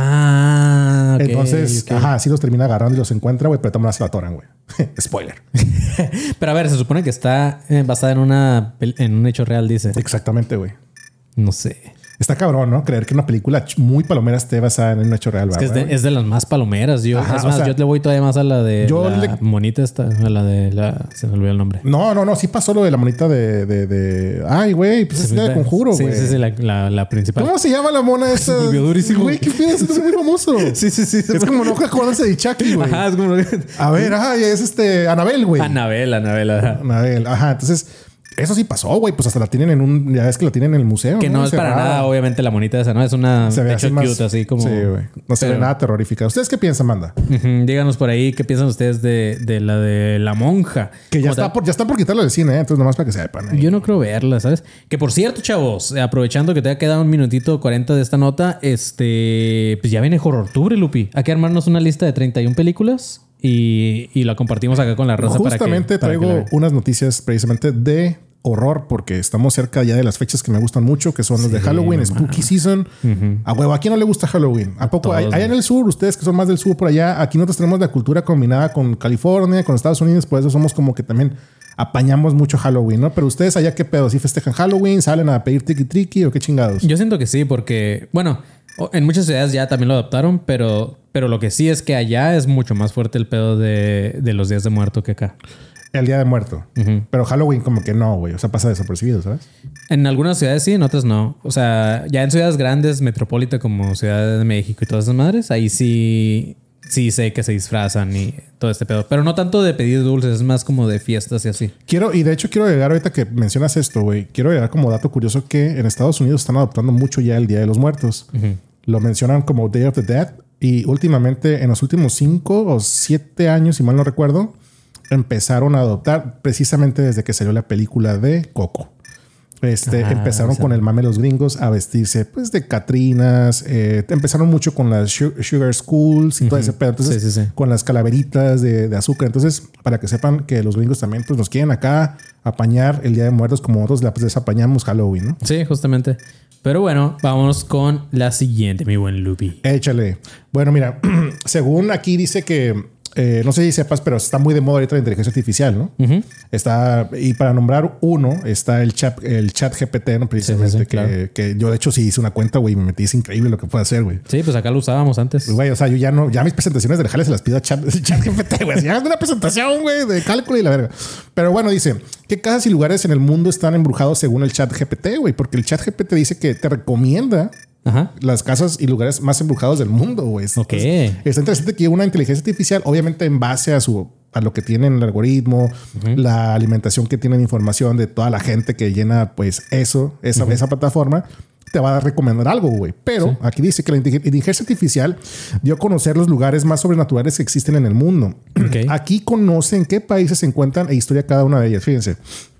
Ah, okay, entonces, okay. Ajá, sí los termina agarrando y los encuentra, güey, pero también se la atoran, güey. Spoiler. Pero a ver, se supone que está eh, basada en una en un hecho real, dice. Exactamente, güey. No sé. Está cabrón, ¿no? Creer que una película muy palomera esté basada en un hecho real. Es que es de, es de las más palomeras. Yo, Ajá, es más, o sea, yo le voy todavía más a la de yo la le... monita esta, a la de la... Se me olvidó el nombre. No, no, no. Sí pasó lo de la monita de... de, de... Ay, güey. Pues es la de Conjuro, güey. Sí, sí, sí. La, la, la principal. ¿Cómo se llama la mona esa? Se volvió durísimo. Güey, qué pedo. Es muy famoso. Sí, sí, sí. Es como no acordarse de Chucky, güey. Ajá, es como... A ver, ajá. Es este... Anabel, güey. Anabel, Anabel. Ajá. Anabel. Ajá. Entonces... Eso sí pasó, güey. Pues hasta la tienen en un... Ya ves que la tienen en el museo. Que no, no es Cerrada. para nada, obviamente, la monita esa, ¿no? Es una... Se ve hecho así más... cute, así como... Sí, güey. No se Pero... ve nada terrorífica. ¿Ustedes qué piensan, Manda? Uh-huh. Díganos por ahí qué piensan ustedes de, de la de la monja. Que ya está, por, ya está por quitarlo del cine, ¿eh? Entonces nomás para que sepan. Ahí. Yo no creo verla, ¿sabes? Que por cierto, chavos, aprovechando que te ha quedado un minutito cuarenta de esta nota, este... Pues ya viene Horrortubre, Lupi. Hay que armarnos una lista de treinta y una películas y, y la compartimos acá con la raza para que... Justamente para traigo que unas noticias precisamente de... horror, porque estamos cerca ya de las fechas que me gustan mucho, que son los sí, de Halloween, no Spooky mames. Season. Uh-huh. A huevo, ¿a quién no le gusta Halloween? ¿A poco? Todos, allá en el sur, ustedes que son más del sur por allá, aquí nosotros tenemos la cultura combinada con California, con Estados Unidos, por eso somos como que también apañamos mucho Halloween, ¿no? Pero ustedes allá, ¿qué pedo? ¿Sí festejan Halloween? ¿Salen a pedir tiki triki o qué chingados? Yo siento que sí, porque, bueno, en muchas ciudades ya también lo adoptaron, pero, pero lo que sí es que allá es mucho más fuerte el pedo de, de los días de muerto que acá. El Día de Muerto. Uh-huh. Pero Halloween como que no, güey. O sea, pasa desapercibido, ¿sabes? En algunas ciudades sí, en otras no. O sea, ya en ciudades grandes, metropólitas como Ciudad de México y todas esas madres, ahí sí, sí sé que se disfrazan y todo este pedo. Pero no tanto de pedir dulces, es más como de fiestas y así. Quiero, y de hecho quiero agregar ahorita que mencionas esto, güey. Quiero agregar como dato curioso que en Estados Unidos están adoptando mucho ya el Día de los Muertos. Uh-huh. Lo mencionan como Day of the Dead. Y últimamente, en los últimos cinco o siete años, si mal no recuerdo, empezaron a adoptar precisamente desde que salió la película de Coco. Este, ah, empezaron con el mame los gringos a vestirse pues de catrinas. Eh, empezaron mucho con las sugar schools y uh-huh. todo ese pedo. Entonces, sí, sí, sí. con las calaveritas de, de azúcar. Entonces, para que sepan que los gringos también pues, nos quieren acá apañar el Día de Muertos como nosotros pues, desapañamos Halloween, ¿no? Sí, justamente. Pero bueno, vamos con la siguiente, mi buen Lupi. Échale. Bueno, mira, según aquí dice que Eh, no sé si sepas, pero está muy de moda ahorita la inteligencia artificial, ¿no? Uh-huh. Está, y para nombrar uno, está el chat, el chat G P T, ¿no? Precisamente, sí, sí, sí, que, claro. que yo de hecho sí hice una cuenta, güey, y me metí, es increíble lo que puede hacer, güey. Sí, pues acá lo usábamos antes. Güey, o sea, yo ya no, ya mis presentaciones de jale se las pido a chat, chat G P T, güey. Ya es una presentación, güey, de cálculo y la verga. Pero bueno, dice, ¿qué casas y lugares en el mundo están embrujados según el chat G P T, güey? Porque el chat G P T dice que te recomienda Ajá. las casas y lugares más embrujados del mundo, güey. Ok. Entonces, está interesante que una inteligencia artificial, obviamente en base a su a lo que tiene en el algoritmo, uh-huh. la alimentación que tiene de información de toda la gente que llena, pues eso, esa, uh-huh. esa plataforma, te va a recomendar algo, güey. Pero sí. aquí dice que la inteligencia artificial dio a conocer los lugares más sobrenaturales que existen en el mundo. Okay. Aquí conoce en qué países se encuentran e historia cada una de ellas. Fíjense.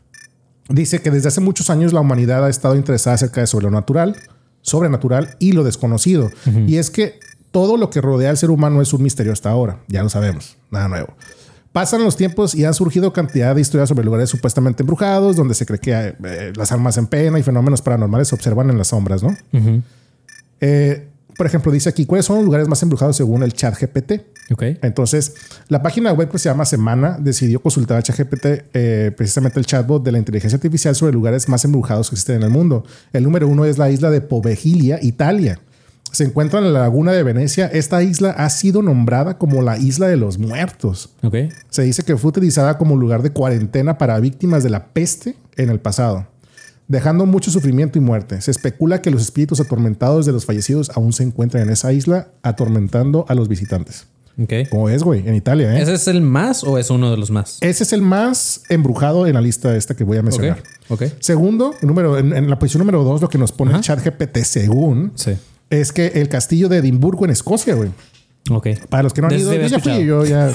Dice que desde hace muchos años la humanidad ha estado interesada acerca de sobre lo natural, sobrenatural y lo desconocido. Uh-huh. Y es que todo lo que rodea al ser humano es un misterio hasta ahora. Ya lo sabemos. Nada nuevo. Pasan los tiempos y han surgido cantidad de historias sobre lugares supuestamente embrujados, donde se cree que eh, las almas en pena y fenómenos paranormales se observan en las sombras, ¿no? Uh-huh. Eh, por ejemplo, dice aquí, ¿cuáles son los lugares más embrujados según el ChatGPT? Ok. Entonces, la página web que se llama Semana decidió consultar a ChatGPT, eh, precisamente el chatbot de la inteligencia artificial, sobre lugares más embrujados que existen en el mundo. El número uno es la isla de Poveglia, Italia. Se encuentra en la laguna de Venecia. Esta isla ha sido nombrada como la isla de los muertos. Ok. Se dice que fue utilizada como lugar de cuarentena para víctimas de la peste en el pasado, dejando mucho sufrimiento y muerte. Se especula que los espíritus atormentados de los fallecidos aún se encuentran en esa isla, atormentando a los visitantes. Ok. Como es, güey, en Italia, ¿eh? ¿Ese es el más o es uno de los más? Ese es el más embrujado en la lista esta que voy a mencionar. Ok. Ok. Segundo, número, en, en la posición número dos, lo que nos pone Ajá. el ChatGPT según Sí. es que el castillo de Edimburgo en Escocia, güey. Ok. Para los que no han De- ido, sí yo había ya fui, escuchado. yo ya...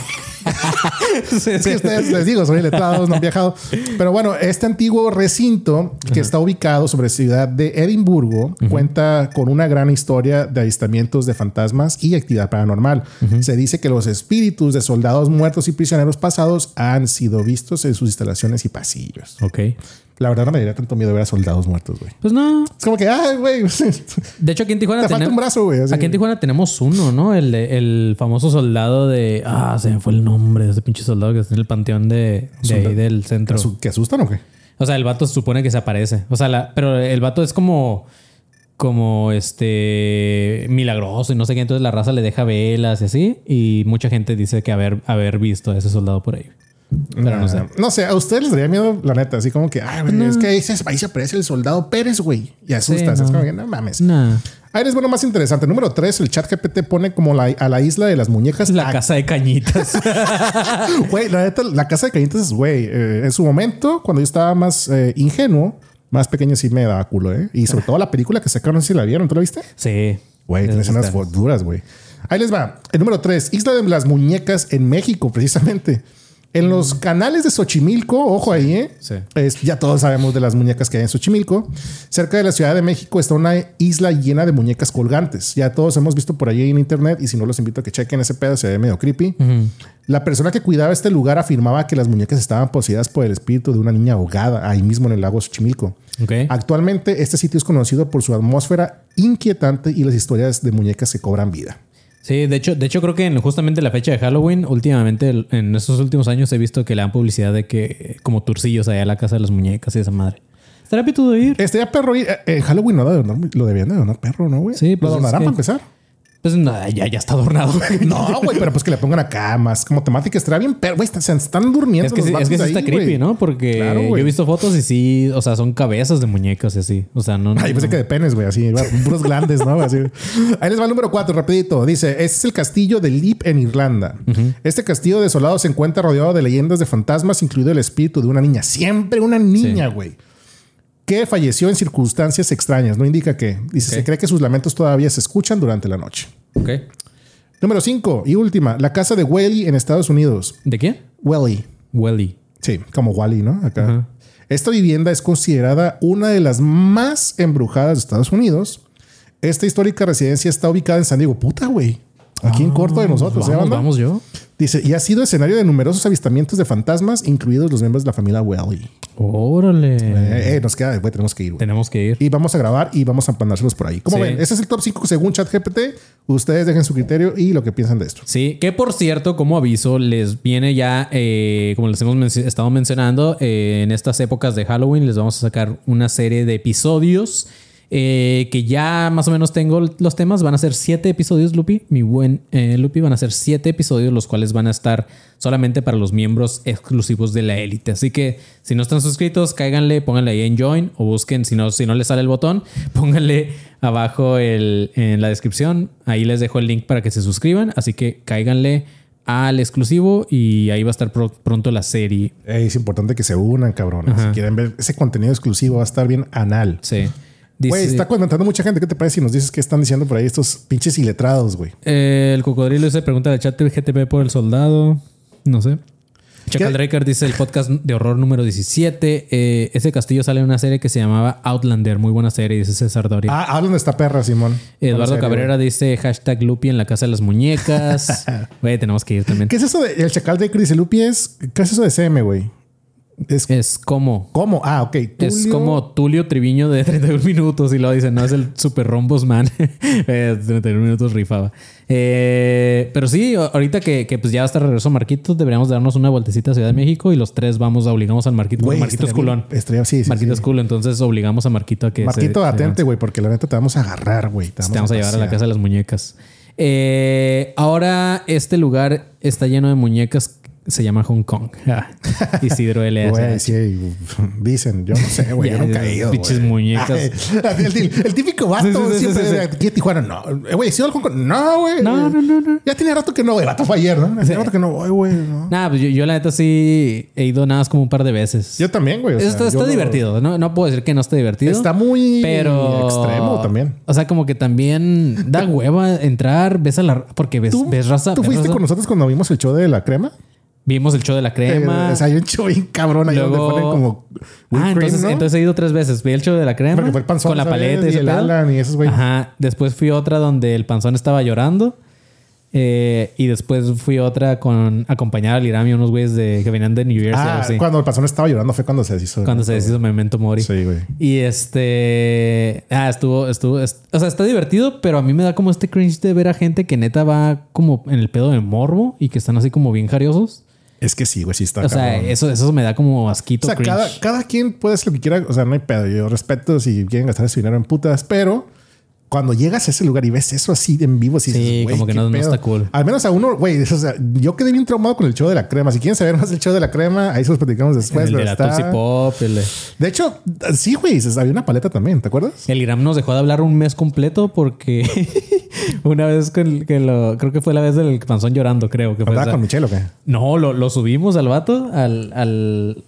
Sí, Es sí. que ustedes, les digo, son iletrados, no han viajado. Pero bueno, este antiguo recinto que está ubicado sobre la ciudad de Edimburgo cuenta con una gran historia de avistamientos de fantasmas y actividad paranormal. Se dice que los espíritus de soldados muertos y prisioneros pasados han sido vistos en sus instalaciones y pasillos. Ok. La verdad no me daría tanto miedo ver a soldados muertos, güey. Pues no. Es como que, ay, güey, De hecho, aquí en Tijuana te falta tenemos... un brazo, güey. así. Aquí en Tijuana tenemos uno, ¿no? El, de- el famoso soldado de... Ah, se me fue el nombre de ese pinche soldado que está en el panteón de, de ahí del centro. ¿Que asu- ¿Que asustan o qué? O sea, el vato se supone que se aparece. O sea, la, pero el vato es como... Como este... Milagroso y no sé qué. Entonces la raza le deja velas y así. Y mucha gente dice que haber, haber visto a ese soldado por ahí. Pero no sé. No sé, a ustedes les daría miedo, la neta, así como que, ay, güey, es que ahí se, ahí se aparece el soldado Pérez, güey, y asustas. Sí, Es no. como que no mames. Nah. Ahí les bueno más interesante. Número tres, el ChatGPT pone como la, a la isla de las muñecas. La a- casa de cañitas. Güey, la neta, la casa de cañitas, güey, eh, en su momento, cuando yo estaba más eh, ingenuo, más pequeño, sí me daba culo, ¿eh? Y sobre todo la película que sacaron, no sé si la vieron, ¿tú la viste? Sí. Güey, tiene Esas escenas están. fu- duras, güey. Ahí les va. El número tres, Isla de las Muñecas en México, precisamente. En los canales de Xochimilco, ojo ahí, ¿eh? Sí. Es- ya todos sabemos de las muñecas que hay en Xochimilco. Cerca de la Ciudad de México está una isla llena de muñecas colgantes. Ya todos hemos visto por ahí en internet y si no los invito a que chequen ese pedo, se ve medio creepy. La persona que cuidaba este lugar afirmaba que las muñecas estaban poseídas por el espíritu de una niña ahogada ahí mismo en el lago Xochimilco. Ok. Actualmente este sitio es conocido por su atmósfera inquietante y las historias de muñecas que cobran vida. Sí, de hecho, de hecho creo que en justamente la fecha de Halloween, últimamente, en estos últimos años he visto que le dan publicidad de que como turcillos allá a la casa de las muñecas y esa madre. ¿Estará pitudo ir? Este ya perro, eh, en Halloween no lo, debían- lo debían de donar perro, ¿no, güey? Sí, pues lo es donarán que- para empezar. Pues no, ya, ya está adornado. No, güey, pero pues que le pongan acá más como temática. Estaría bien perro, güey. están- Se están durmiendo. Es que, los sí, es vatos que sí ahí, está creepy, güey. ¿no? Porque Claro, yo güey. he visto fotos y sí, o sea, son cabezas de muñecas y así. O sea, no. no Ay, pensé no. que de penes, güey, así, puros grandes, ¿no? Así. Ahí les va el número cuatro, rapidito. Dice, este es el castillo de Leap en Irlanda. Este castillo desolado se encuentra rodeado de leyendas de fantasmas, incluido el espíritu de una niña. Siempre una niña, Sí. güey. Que falleció en circunstancias extrañas. No indica qué. Dice, Ok. se cree que sus lamentos todavía se escuchan durante la noche. Ok. Número cinco y última, la casa de Whaley en Estados Unidos. ¿De qué? Whaley. Welly. Sí, como Wally, ¿no? Acá. Ajá. Esta vivienda es considerada una de las más embrujadas de Estados Unidos. Esta histórica residencia está ubicada en San Diego. Puta, güey. Aquí en corto de nosotros. ¿eh, Vamos, banda? vamos yo. Dice, y ha sido escenario de numerosos avistamientos de fantasmas, incluidos los miembros de la familia Whaley. Órale. Eh, eh, nos queda, güey, tenemos que ir, güey. Tenemos que ir. Y vamos a grabar y vamos a mandárselos por ahí. ¿Cómo Sí. ven? Ese es el top cinco según ChatGPT. Ustedes dejen su criterio y lo que piensan de esto. Sí, que por cierto, como aviso, les viene ya, eh, como les hemos men- estado mencionando, eh, en estas épocas de Halloween les vamos a sacar una serie de episodios eh, que ya más o menos tengo los temas. Van a ser siete episodios, Lupi, mi buen eh, Lupi, van a ser siete episodios los cuales van a estar solamente para los miembros exclusivos de la élite. Así que si no están suscritos, cáiganle, pónganle ahí en join o busquen, si no, si no les sale el botón, pónganle abajo el, en la descripción. Ahí les dejo el link para que se suscriban. Así que cáiganle al exclusivo y ahí va a estar pro- pronto la serie. Eh, es importante que se unan, cabrones. Si quieren ver ese contenido exclusivo, va a estar bien anal. Sí. Güey, Dice- está comentando mucha gente. ¿Qué te parece si nos dices qué están diciendo por ahí estos pinches iletrados, güey? Eh, el cocodrilo se pregunta de chat G T P por el soldado. No sé. Chacal Draker dice el podcast de horror número diecisiete. Eh, ese castillo sale en una serie que se llamaba Outlander. Muy buena serie, dice César Doria. Ah, hablan de esta perra, Simón. Eduardo Buena serie, Cabrera güey. dice hashtag Lupi en la casa de las muñecas. Güey, tenemos que ir también. ¿Qué es eso de el Chacal de Chris Lupi? Es, ¿qué es eso de C M, güey? Es, Es como... ¿Cómo? Ah, ok. Es Tulio- como Tulio Triviño de treinta y un minutos y lo dicen, no, es el Super Rombos Man. Eh, treinta y un minutos rifaba. Eh, pero sí, ahorita que, que pues ya hasta regreso Marquitos, deberíamos darnos una vueltecita a Ciudad de México y los tres vamos a obligamos al Marquito. Güey, Marquito es estaría culón. bien- estaría- sí, sí, Marquito sí. es culo, entonces obligamos a Marquito a que Marquito, se, atente, güey, porque la neta te vamos a agarrar, güey. Te vamos a llevar a la pasear. casa de las muñecas. Eh, ahora este lugar está lleno de muñecas. Se llama Hong Kong. Ah, Isidro L S. Güey, sí, dicen, yo no sé, güey, yo Ya, no he caído. pinches güey. muñecas. Ay, el, el- el típico vato Sí, sí, sí, siempre sí, sí. de aquí a Tijuana, no. Eh, Güey, ¿sí al Hong Kong? No, güey. No, no, no, no. Ya tiene rato que no, güey. Vato fue ayer, ¿no? Hace rato que no voy, güey. ¿no? Nah, pues yo, yo la neta sí he ido nada más como un par de veces. Yo también, güey. o Eso sea, está, yo está lo- divertido. No, no puedo decir que no esté divertido. Está muy pero extremo también. O sea, como que también da hueva entrar, ves a la... Porque ves, ¿Tú, ves raza... ¿tú ves fuiste raza- con nosotros cuando vimos el show de la crema? Vimos el show de la crema. Eh, o sea, hay un show bien cabrón ahí Luego- donde ponen como whipped Ah, entonces, cream, ¿no? entonces he ido tres veces. Vi el show de la crema. Porque fue el Panzón, con la ¿sabes? paleta y, Y ese el pedo. Alan y esos güeyes. Ajá. Después fui otra donde el panzón estaba llorando. Eh, y después fui otra con acompañar al Iram y unos güeyes de, que venían de New Jersey. Ah, algo así. cuando el pasón estaba llorando fue cuando se deshizo. Cuando se deshizo Memento Mori. Sí, güey. Y este... Ah, estuvo... estuvo es- o sea, está divertido, pero a mí me da como este cringe de ver a gente que neta va como en el pedo de morbo y que están así como bien jariosos. Es que sí, güey, sí está O sea, cabrón. eso, eso me da como O asquito, sea, cringe. cada, cada quien puede hacer lo que quiera. O sea, no hay pedo. Yo respeto si quieren gastar su dinero en putas, pero cuando llegas a ese lugar y ves eso así en vivo, sí, Sí, dices, güey, como que qué no- no pedo. está cool. Al menos a uno, güey, o sea, yo quedé bien traumado con el show de la crema. Si quieren saber más del show de la crema, ahí se los platicamos después. el de pero la está- Tootsie Pop. El, de- De hecho, sí, güey, había una paleta también, ¿te acuerdas? el Iram nos dejó de hablar un mes completo porque una vez que, que lo... Creo que fue la vez del panzón llorando, creo que fue. ¿Andaba esa. con Michelle o qué? No, lo, lo subimos al vato, al... al,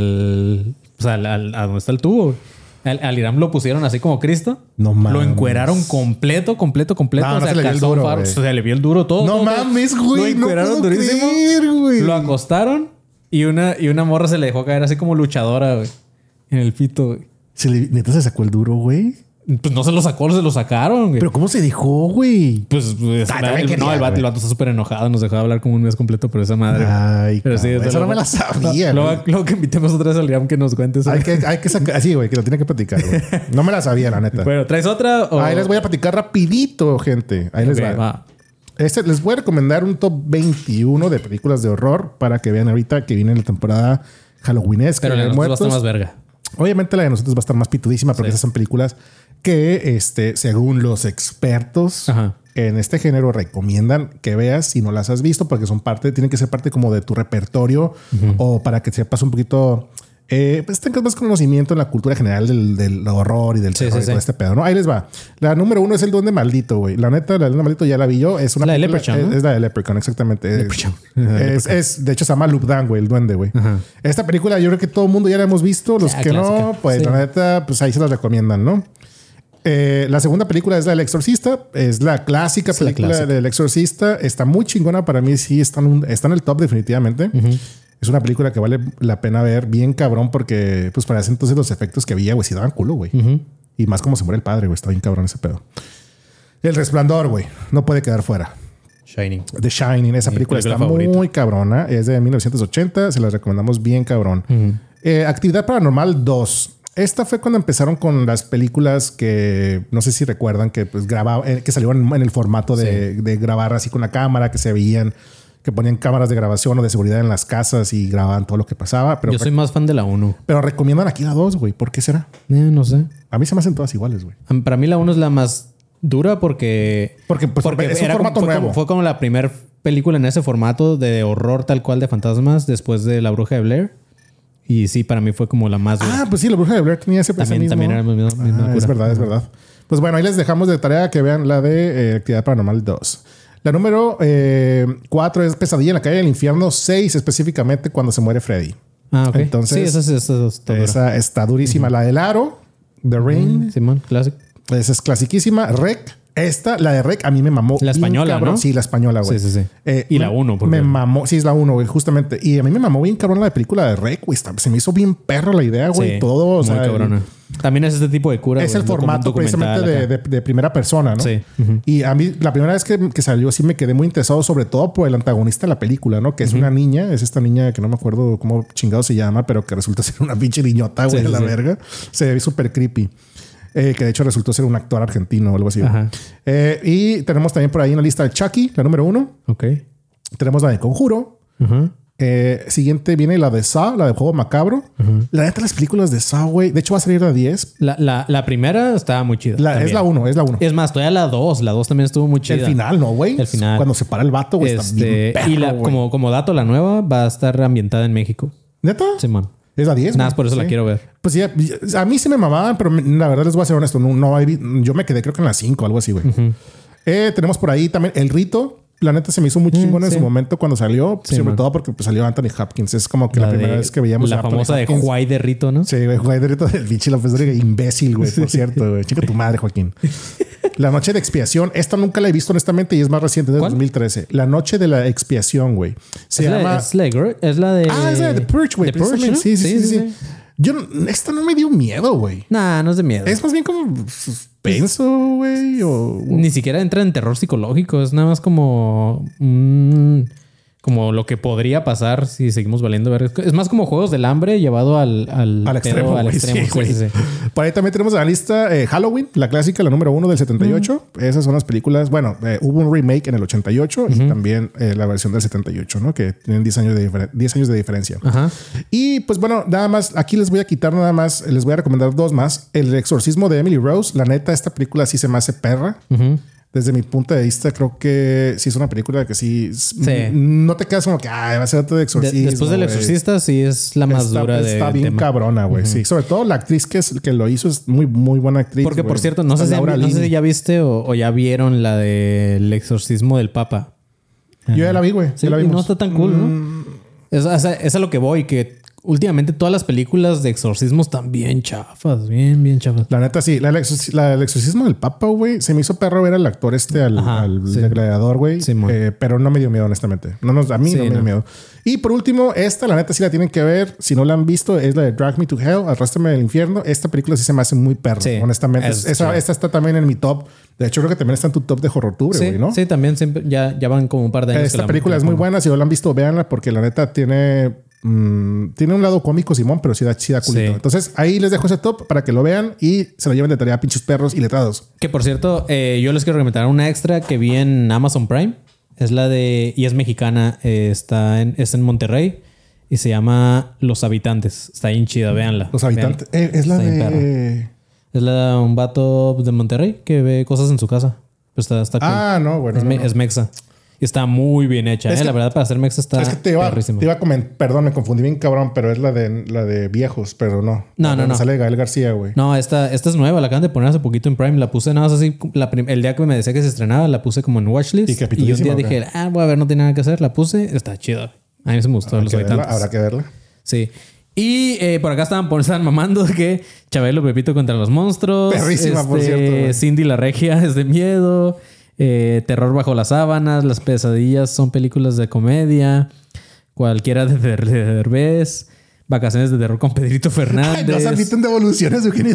al o sea, al, al- a donde está el tubo. Al, al Iram lo pusieron así como Cristo. No mames. Lo encueraron completo, completo, completo. No, o no sea, se le vio el calzón, duro, faro, güey. se le vio el duro todo. No todo, todo. mames, güey, Lo no encueraron puedo durísimo. creer, güey. Lo acostaron y una, y una morra se le dejó caer así como luchadora, güey. En el pito, güey. Se le, neta se sacó el duro, güey. Pues no se lo sacó, se lo sacaron, güey. Pero ¿cómo se dejó, güey? Pues, pues, Ah, la- también el, quería, no, el vato, güey. el vato está súper enojado. Nos dejó de hablar como un mes completo por esa madre. güey. Ay, Pero sí, cabrón, desde eso no luego- me la sabía, Luego, güey. luego que invitemos otra vez al Iram que nos cuente eso. Hay que, hay que sacar, así, güey, que lo tiene que platicar, güey. No me la sabía, la neta. Bueno, ¿traes otra? O... Ahí les voy a platicar rapidito, gente. Ahí les Ok, va. va. Este, les voy a recomendar un top veintiuno de películas de horror para que vean ahorita que viene la temporada Halloweenesca. Pero la de de nosotros va a estar muertos. más verga. Obviamente la de nosotros va a estar más pitudísima porque Sí. esas son películas que, este, según los expertos Ajá. en este género, recomiendan que veas si no las has visto porque son parte, tienen que ser parte como de tu repertorio o para que sepas un poquito, eh, pues tengas más conocimiento en la cultura general del, del horror y del Sí, terror sí, y todo sí. este pedo, ¿no? Ahí les va. La número uno es El Duende Maldito, güey. La neta, la Duende Maldito ya la vi yo. Es una La de película- Leprechaun, ¿no? es, es la de Leprechaun, exactamente. Leprechaun. Es, es- de hecho, se llama Lubdan, güey, el duende, güey. Ajá. Esta película yo creo que todo el mundo ya la hemos visto. Los Ya, que no, clásica. pues Sí. la neta, pues ahí se las recomiendan, ¿no? Eh, la segunda película es la del Exorcista. Es la clásica Es la película clásica. del Exorcista. Está muy chingona para mí. Sí, está en, un- está en el top definitivamente. Es una película que vale la pena ver bien cabrón porque pues para ese entonces los efectos que había, güey, sí daban culo, güey. Y más como se muere el padre, güey. Está bien cabrón ese pedo. El Resplandor, güey. No puede quedar fuera. Shining. The Shining, esa Mi película, película está favorita. muy cabrona. Es de mil novecientos ochenta. Se la recomendamos bien cabrón. Eh, Actividad Paranormal dos. Esta fue cuando empezaron con las películas que no sé si recuerdan que pues grababa, eh, que salieron en el formato de, de grabar así con la cámara, que se veían, que ponían cámaras de grabación o de seguridad en las casas y grababan todo lo que pasaba. Pero, Yo soy más fan de la uno. pero recomiendan aquí la dos, güey. ¿Por qué será? Eh, no sé. A mí se me hacen todas iguales, güey. Para mí la uno es la más dura porque... Porque, pues, es un era como- formato fue nuevo. Como, fue como la primera película en ese formato de horror tal cual de fantasmas después de La Bruja de Blair. Y sí, para mí fue como la más dura. Ah, pues sí, la Bruja de Blair tenía ese ese También- mismo. también era la misma- misma Ah, es cura. verdad, es verdad. Pues bueno, ahí les dejamos de tarea que vean la de eh, Actividad Paranormal dos. La número cuatro es Pesadilla en la calle del infierno. seis específicamente cuando se muere Freddy. Ah, ok. Entonces, sí, esa, esa, esa está dura. Esa está durísima. La del Aro, The Ring, Simón, clásico. esa es clasiquísima. Rec, Esta, la de Rec, a mí me mamó. La bien española, cabrón. ¿no? Sí, la española, güey. Sí, sí, sí. Eh, Y me- la uno, porque- Me mamó. Sí, es la uno, güey, justamente. Y a mí me mamó bien cabrón la de película de Rec, güey. Está- Se me hizo bien perro la idea, güey. Sí, Todo, o muy sea... el- cabrona. También es este tipo de cura. es güey, el docu- formato documental precisamente de, acá. de- de primera persona, ¿no? Sí. Y a mí, la primera vez que, que salió, sí me quedé muy interesado, sobre todo por el antagonista de la película, ¿no? Que es una niña, es esta niña que no me acuerdo cómo chingado se llama, pero que resulta ser una pinche niñota, güey, Sí, de la sí. verga. Se ve súper creepy. Eh, que de hecho resultó ser un actor argentino o algo así. Ajá. Eh, y tenemos también por ahí en la lista de Chucky, la número uno. Ok. Tenemos la de Conjuro. Ajá. Eh, siguiente viene la de Saw, la de Juego Macabro. La neta, las películas de Saw, güey. De hecho, va a salir la diez. La, la, la primera estaba muy chida. La- es también. la uno, es la uno. Es más, todavía la dos. La dos también estuvo muy chida. El final, ¿no, güey? El final. Cuando se para el vato, güey, está Este, bien perro, y la, güey. como, como dato, la nueva va a estar ambientada en México. ¿Neta? Simón. Es la diez. Nada güey. más por eso la Sí. quiero ver. Pues sí, a mí sí me mamaban, pero me- la verdad les voy a ser honesto. No, no hay- yo me quedé creo que en la cinco, algo así, güey. Eh, tenemos por ahí también El Rito. La neta se me hizo muy chingón en sí. su momento cuando salió. Sí, sobre man. todo porque pues, salió Anthony Hopkins. Es como que la, primera de- vez que veíamos La a Anthony famosa de Hopkins. Juay de Rito, ¿no? Sí, güey, Juay de Rito del bicho López Dóriga. Imbécil, güey, por cierto, güey. Chica tu madre, Joaquín. La Noche de Expiación. Esta nunca la he visto honestamente y es más reciente, de ¿Cuál? dos mil trece. La Noche de la Expiación, güey. Se es, llama... la, es, la, de Gr- es la de... Ah, es la de The Purge, güey. The Purge, precisamente. ¿no? Sí, sí, sí, sí, sí. Yo, no- esta no me dio miedo, güey. Nah, no es de miedo. Es más bien como suspenso, güey. O... Ni siquiera entra en terror psicológico. Es nada más como... mm, como lo que podría pasar si seguimos valiendo ver. Es más como Juegos del Hambre llevado al... Al, Al pedo, extremo, al güey. extremo. Sí, Sí, güey. sí, sí. Por ahí también tenemos en la lista eh, Halloween, la clásica, la número uno del setenta y ocho. Esas son las películas. Bueno, eh, hubo un remake en el ochenta y ocho y también eh, la versión del setenta y ocho, ¿no? Que tienen diez años de, difer- diez años de diferencia. Ajá. Y pues bueno, nada más, aquí les voy a quitar nada más, les voy a recomendar dos más. El exorcismo de Emily Rose. La neta, esta película sí se me hace perra. Desde mi punto de vista, creo que sí es una película que sí, Sí. no te quedas como que "Ay, va a ser otro de De- exorcismo. después del güey". exorcista sí es la más Está, dura de está bien tema. cabrona, güey. Sí, sobre todo la actriz que, es, que lo hizo es muy, muy buena actriz. Porque, por güey. cierto, no sé, Está si, Laura no sé Linney. si ya viste o, o ya vieron la del exorcismo del Papa. Yo ya la vi, güey. Sí, ya la y vimos. no está tan cool, Mm. ¿no? Es, es, a- es a lo que voy, que últimamente todas las películas de exorcismos están bien chafas, bien, bien chafas. La neta, sí. La, el exorci- la- el exorcismo del Papa, güey. Se me hizo perro ver al actor este, al, Ajá, al sí. gladiador, güey. Sí, man. Eh, pero no me dio miedo, honestamente. No, nos- a mí Sí, no me dio no. miedo. Y por último, esta, la neta, sí la tienen que ver. Si no la han visto, es la de Drag Me to Hell, Arrástrame del Infierno. Esta película sí se me hace muy perro, Sí, honestamente. es Esa- chido. esta está también en mi top. De hecho, creo que también está en tu top de Horrortubre, Sí, güey, ¿no? sí, también siempre, ya, ya van como un par de años. que Esta la- película que es la muy pongo. buena. Si no la han visto, véanla porque la neta tiene... mm, tiene un lado cómico, Simón, pero sí da, sí da culito. Sí. Entonces, ahí les dejo ese top para que lo vean y se lo lleven de tarea, pinches perros y letrados. Que por cierto, eh, yo les quiero recomendar una extra que vi en Amazon Prime. Es la de... Y es mexicana. eh, está en, es en Monterrey. Y se llama Los Habitantes. Está bien chida, véanla. Los habitantes. Eh, es la Está bien de... Es la de un vato de Monterrey que ve cosas en su casa. Pues está, está cool. Ah, no, bueno. es, no, me- no. es mexa. Y está muy bien hecha. Es eh. que- La verdad, para ser mexa está Es que te iba, perrísima. te iba a comentar, perdón, me confundí bien cabrón, pero es la de la de viejos, pero no. No, La no, donde no. Sale Gael García, güey. No, esta, esta es nueva. La acaban de poner hace poquito en Prime. La puse nada más así. La prim- el día que me decía que se estrenaba, la puse como en watchlist. ¿Y Y, un capitulísima día o qué? dije, ah, voy a ver, no tiene nada que hacer. La puse. Está chida. A mí se me gustó. Habrá Los que verla, Habitantes. habrá que verla. Sí. Y eh, por acá estaban, por- estaban mamando de que Chabelo Pepito contra los monstruos. Perrísima, por Este, cierto, güey. Cindy la Regia es de miedo. eh, Terror bajo las sábanas. Las pesadillas son películas de comedia. Cualquiera de, de, de Derbez. Vacaciones de terror con Pedrito Ay, Fernández. no se admiten devoluciones, Eugenio.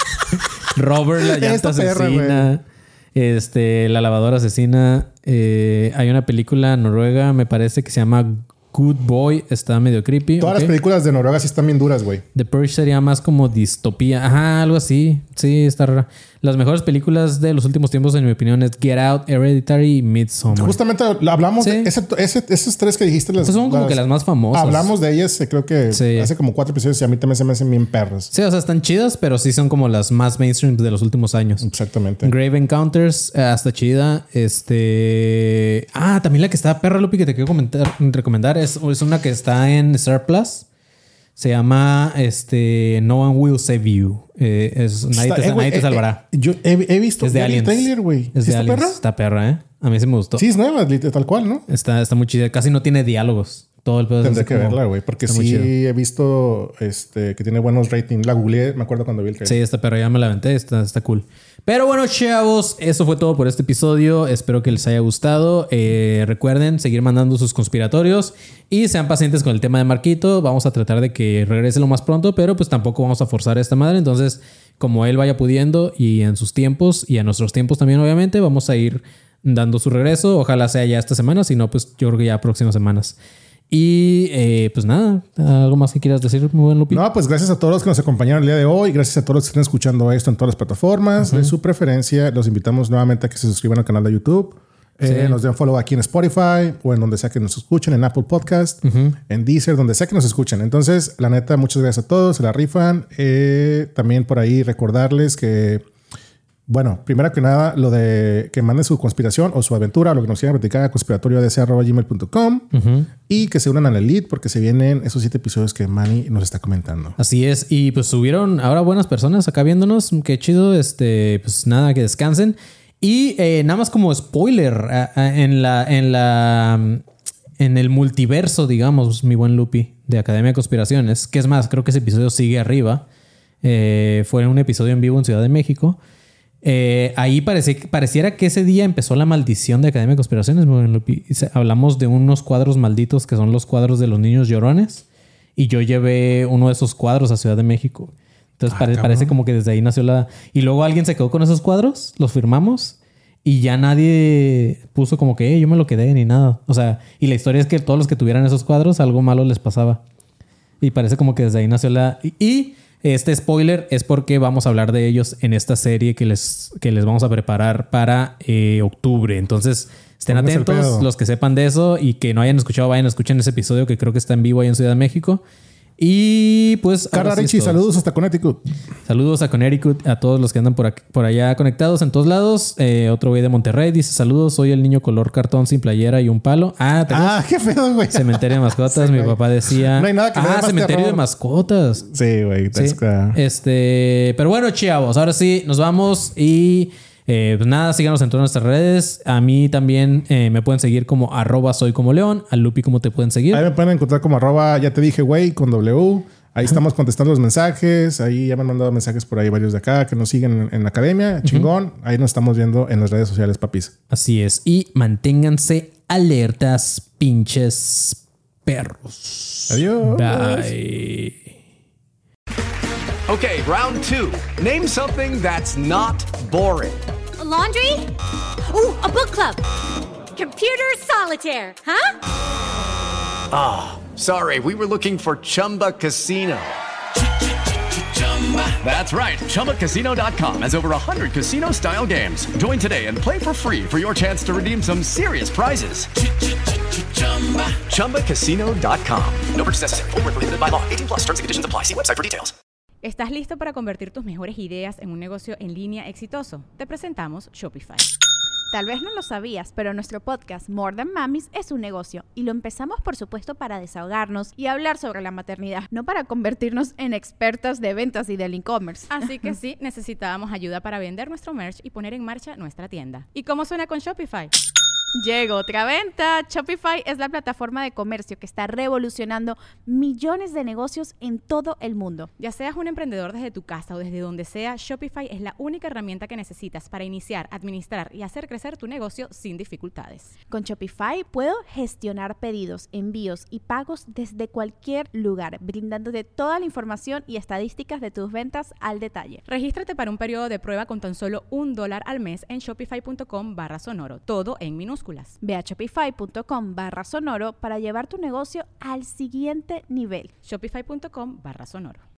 Robert la llanta Esta perra, asesina. Este, la lavadora asesina. Eh, hay una película noruega, me parece que se llama Good Boy. Está medio creepy. Todas ok. las películas de Noruega sí están bien duras, güey. The Purge sería más como distopía. Ajá, algo así. Sí, está rara. Las mejores películas de los últimos tiempos, en mi opinión, es Get Out, Hereditary y Midsommar. Justamente hablamos Sí. de ese, ese- esos tres que dijiste. Las, Pues son como que las más famosas. Hablamos de ellas, eh, creo que Sí. hace como cuatro episodios y a mí también se me hacen bien perras. Sí, o sea, están chidas, pero sí son como las más mainstream de los últimos años. Exactamente. Grave Encounters, eh, hasta chida. Este. Ah, también la que está perra, Lupi, que te quiero comentar, recomendar. Es, es una que está en Star Plus. Se llama este, No One Will Save You. Eh, es, nadie Está- te, eh, güey, nadie te eh, salvará. eh, yo he, he visto es de ya vi el Aliens. trailer, güey. Es ¿Sí de está Aliens. perra? Está perra, ¿eh? A mí sí me gustó. Sí, es nueva, lit- tal cual, ¿no? Está, está muy chida. Casi no tiene diálogos. todo el pedo. Tendré que como, verla, güey, porque sí he visto este, que tiene buenos ratings. La googleé, me acuerdo cuando vi el trailer. Sí, esta perra ya me la aventé, está, está cool. Pero bueno, chavos, eso fue todo por este episodio. Espero que les haya gustado. Eh, recuerden seguir mandando sus conspiratorios y sean pacientes con el tema de Marquito. Vamos a tratar de que regrese lo más pronto, pero pues tampoco vamos a forzar a esta madre. Entonces, como él vaya pudiendo y en sus tiempos y a nuestros tiempos también, obviamente, vamos a ir dando su regreso. Ojalá sea ya esta semana, si no, pues yo creo que ya próximas semanas. Y eh, pues nada, ¿algo más que quieras decir, muy buen Lupi? No, pues gracias a todos los que nos acompañaron el día de hoy. Gracias a todos los que estén escuchando esto en todas las plataformas. Uh-huh. De su preferencia, los invitamos nuevamente a que se suscriban al canal de YouTube. Sí. Eh, nos den follow aquí en Spotify o en donde sea que nos escuchen, en Apple Podcast, uh-huh. en Deezer, donde sea que nos escuchen. Entonces, la neta, muchas gracias a todos. Se la rifan. Eh, también por ahí recordarles que... Bueno, primero que nada, lo de que manden su conspiración o su aventura, lo que nos quieran platicar a conspiratorio d c arroba gmail punto com uh-huh. y que se unan a la Elite porque se vienen esos siete episodios que Manny nos está comentando. Así es. Y pues subieron ahora buenas personas acá viéndonos. Qué chido. Este, pues nada, que descansen. Y eh, nada más como spoiler, a, a, en la, en la, en el multiverso, digamos, mi buen Lupi, de Academia de Conspiraciones, que es más, creo que ese episodio sigue arriba. Eh, fue un episodio en vivo en Ciudad de México. Eh, ahí parece, pareciera que ese día empezó la maldición de Academia de Conspiraciones. Hablamos de unos cuadros malditos que son los cuadros de los niños llorones. Y yo llevé uno de esos cuadros a Ciudad de México. Entonces ah, pare, parece como que desde ahí nació la... Y luego alguien se quedó con esos cuadros, los firmamos y ya nadie puso como que eh, yo me lo quedé ni nada. O sea, y la historia es que todos los que tuvieran esos cuadros algo malo les pasaba. Y parece como que desde ahí nació la... Y... y este spoiler es porque vamos a hablar de ellos en esta serie que les, que les vamos a preparar para eh, octubre. Entonces, estén Póngase atentos los que sepan de eso y que no hayan escuchado, vayan a escuchar ese episodio que creo que está en vivo ahí en Ciudad de México. Y pues... Carla Richie, saludos hasta Connecticut. Saludos a Connecticut, a todos los que andan por, aquí, por allá conectados en todos lados. Eh, otro güey de Monterrey dice: saludos, soy el niño color cartón sin playera y un palo. Ah, ah qué feo, güey. Cementerio de mascotas. Sí, mi papá decía... No hay nada que Ah, cementerio terror. de mascotas. Sí, güey. Sí. Este... Pero bueno, chavos, ahora sí, nos vamos y... Eh, pues nada, síganos en todas nuestras redes. A mí también eh, me pueden seguir como arroba soy como león. A Lupi, ¿cómo te pueden seguir? Ahí me pueden encontrar como arroba ya te dije güey con W. Ahí estamos contestando los mensajes. Ahí ya me han mandado mensajes por ahí varios de acá que nos siguen en, en la academia. Chingón. Uh-huh. Ahí nos estamos viendo en las redes sociales, papis. Así es. Y manténganse alertas, pinches perros. Adiós. Bye. Okay, round two. Name something that's not boring. A laundry? Ooh, a book club. Computer solitaire, huh? Ah, oh, sorry. We were looking for Chumba Casino. That's right. Chumba Casino dot com has over one hundred casino-style games. Join today and play for free for your chance to redeem some serious prizes. Chumba Casino dot com. No purchase necessary. Void where prohibited by law. eighteen plus. Terms and conditions apply. See website for details. ¿Estás listo para convertir tus mejores ideas en un negocio en línea exitoso? Te presentamos Shopify. Tal vez no lo sabías, pero nuestro podcast More Than Mamis es un negocio y lo empezamos por supuesto para desahogarnos y hablar sobre la maternidad, no para convertirnos en expertas de ventas y del e-commerce. Así que sí, necesitábamos ayuda para vender nuestro merch y poner en marcha nuestra tienda. ¿Y cómo suena con Shopify? Llegó otra venta. Shopify es la plataforma de comercio que está revolucionando millones de negocios en todo el mundo. Ya seas un emprendedor desde tu casa o desde donde sea, Shopify es la única herramienta que necesitas para iniciar, administrar y hacer crecer tu negocio sin dificultades. Con Shopify puedo gestionar pedidos, envíos y pagos desde cualquier lugar, brindándote toda la información y estadísticas de tus ventas al detalle. Regístrate para un periodo de prueba con tan solo un dólar al mes en shopify.com barra sonoro, todo en minúsculas. Ve a shopify.com barra sonoro para llevar tu negocio al siguiente nivel. Shopify.com barra sonoro.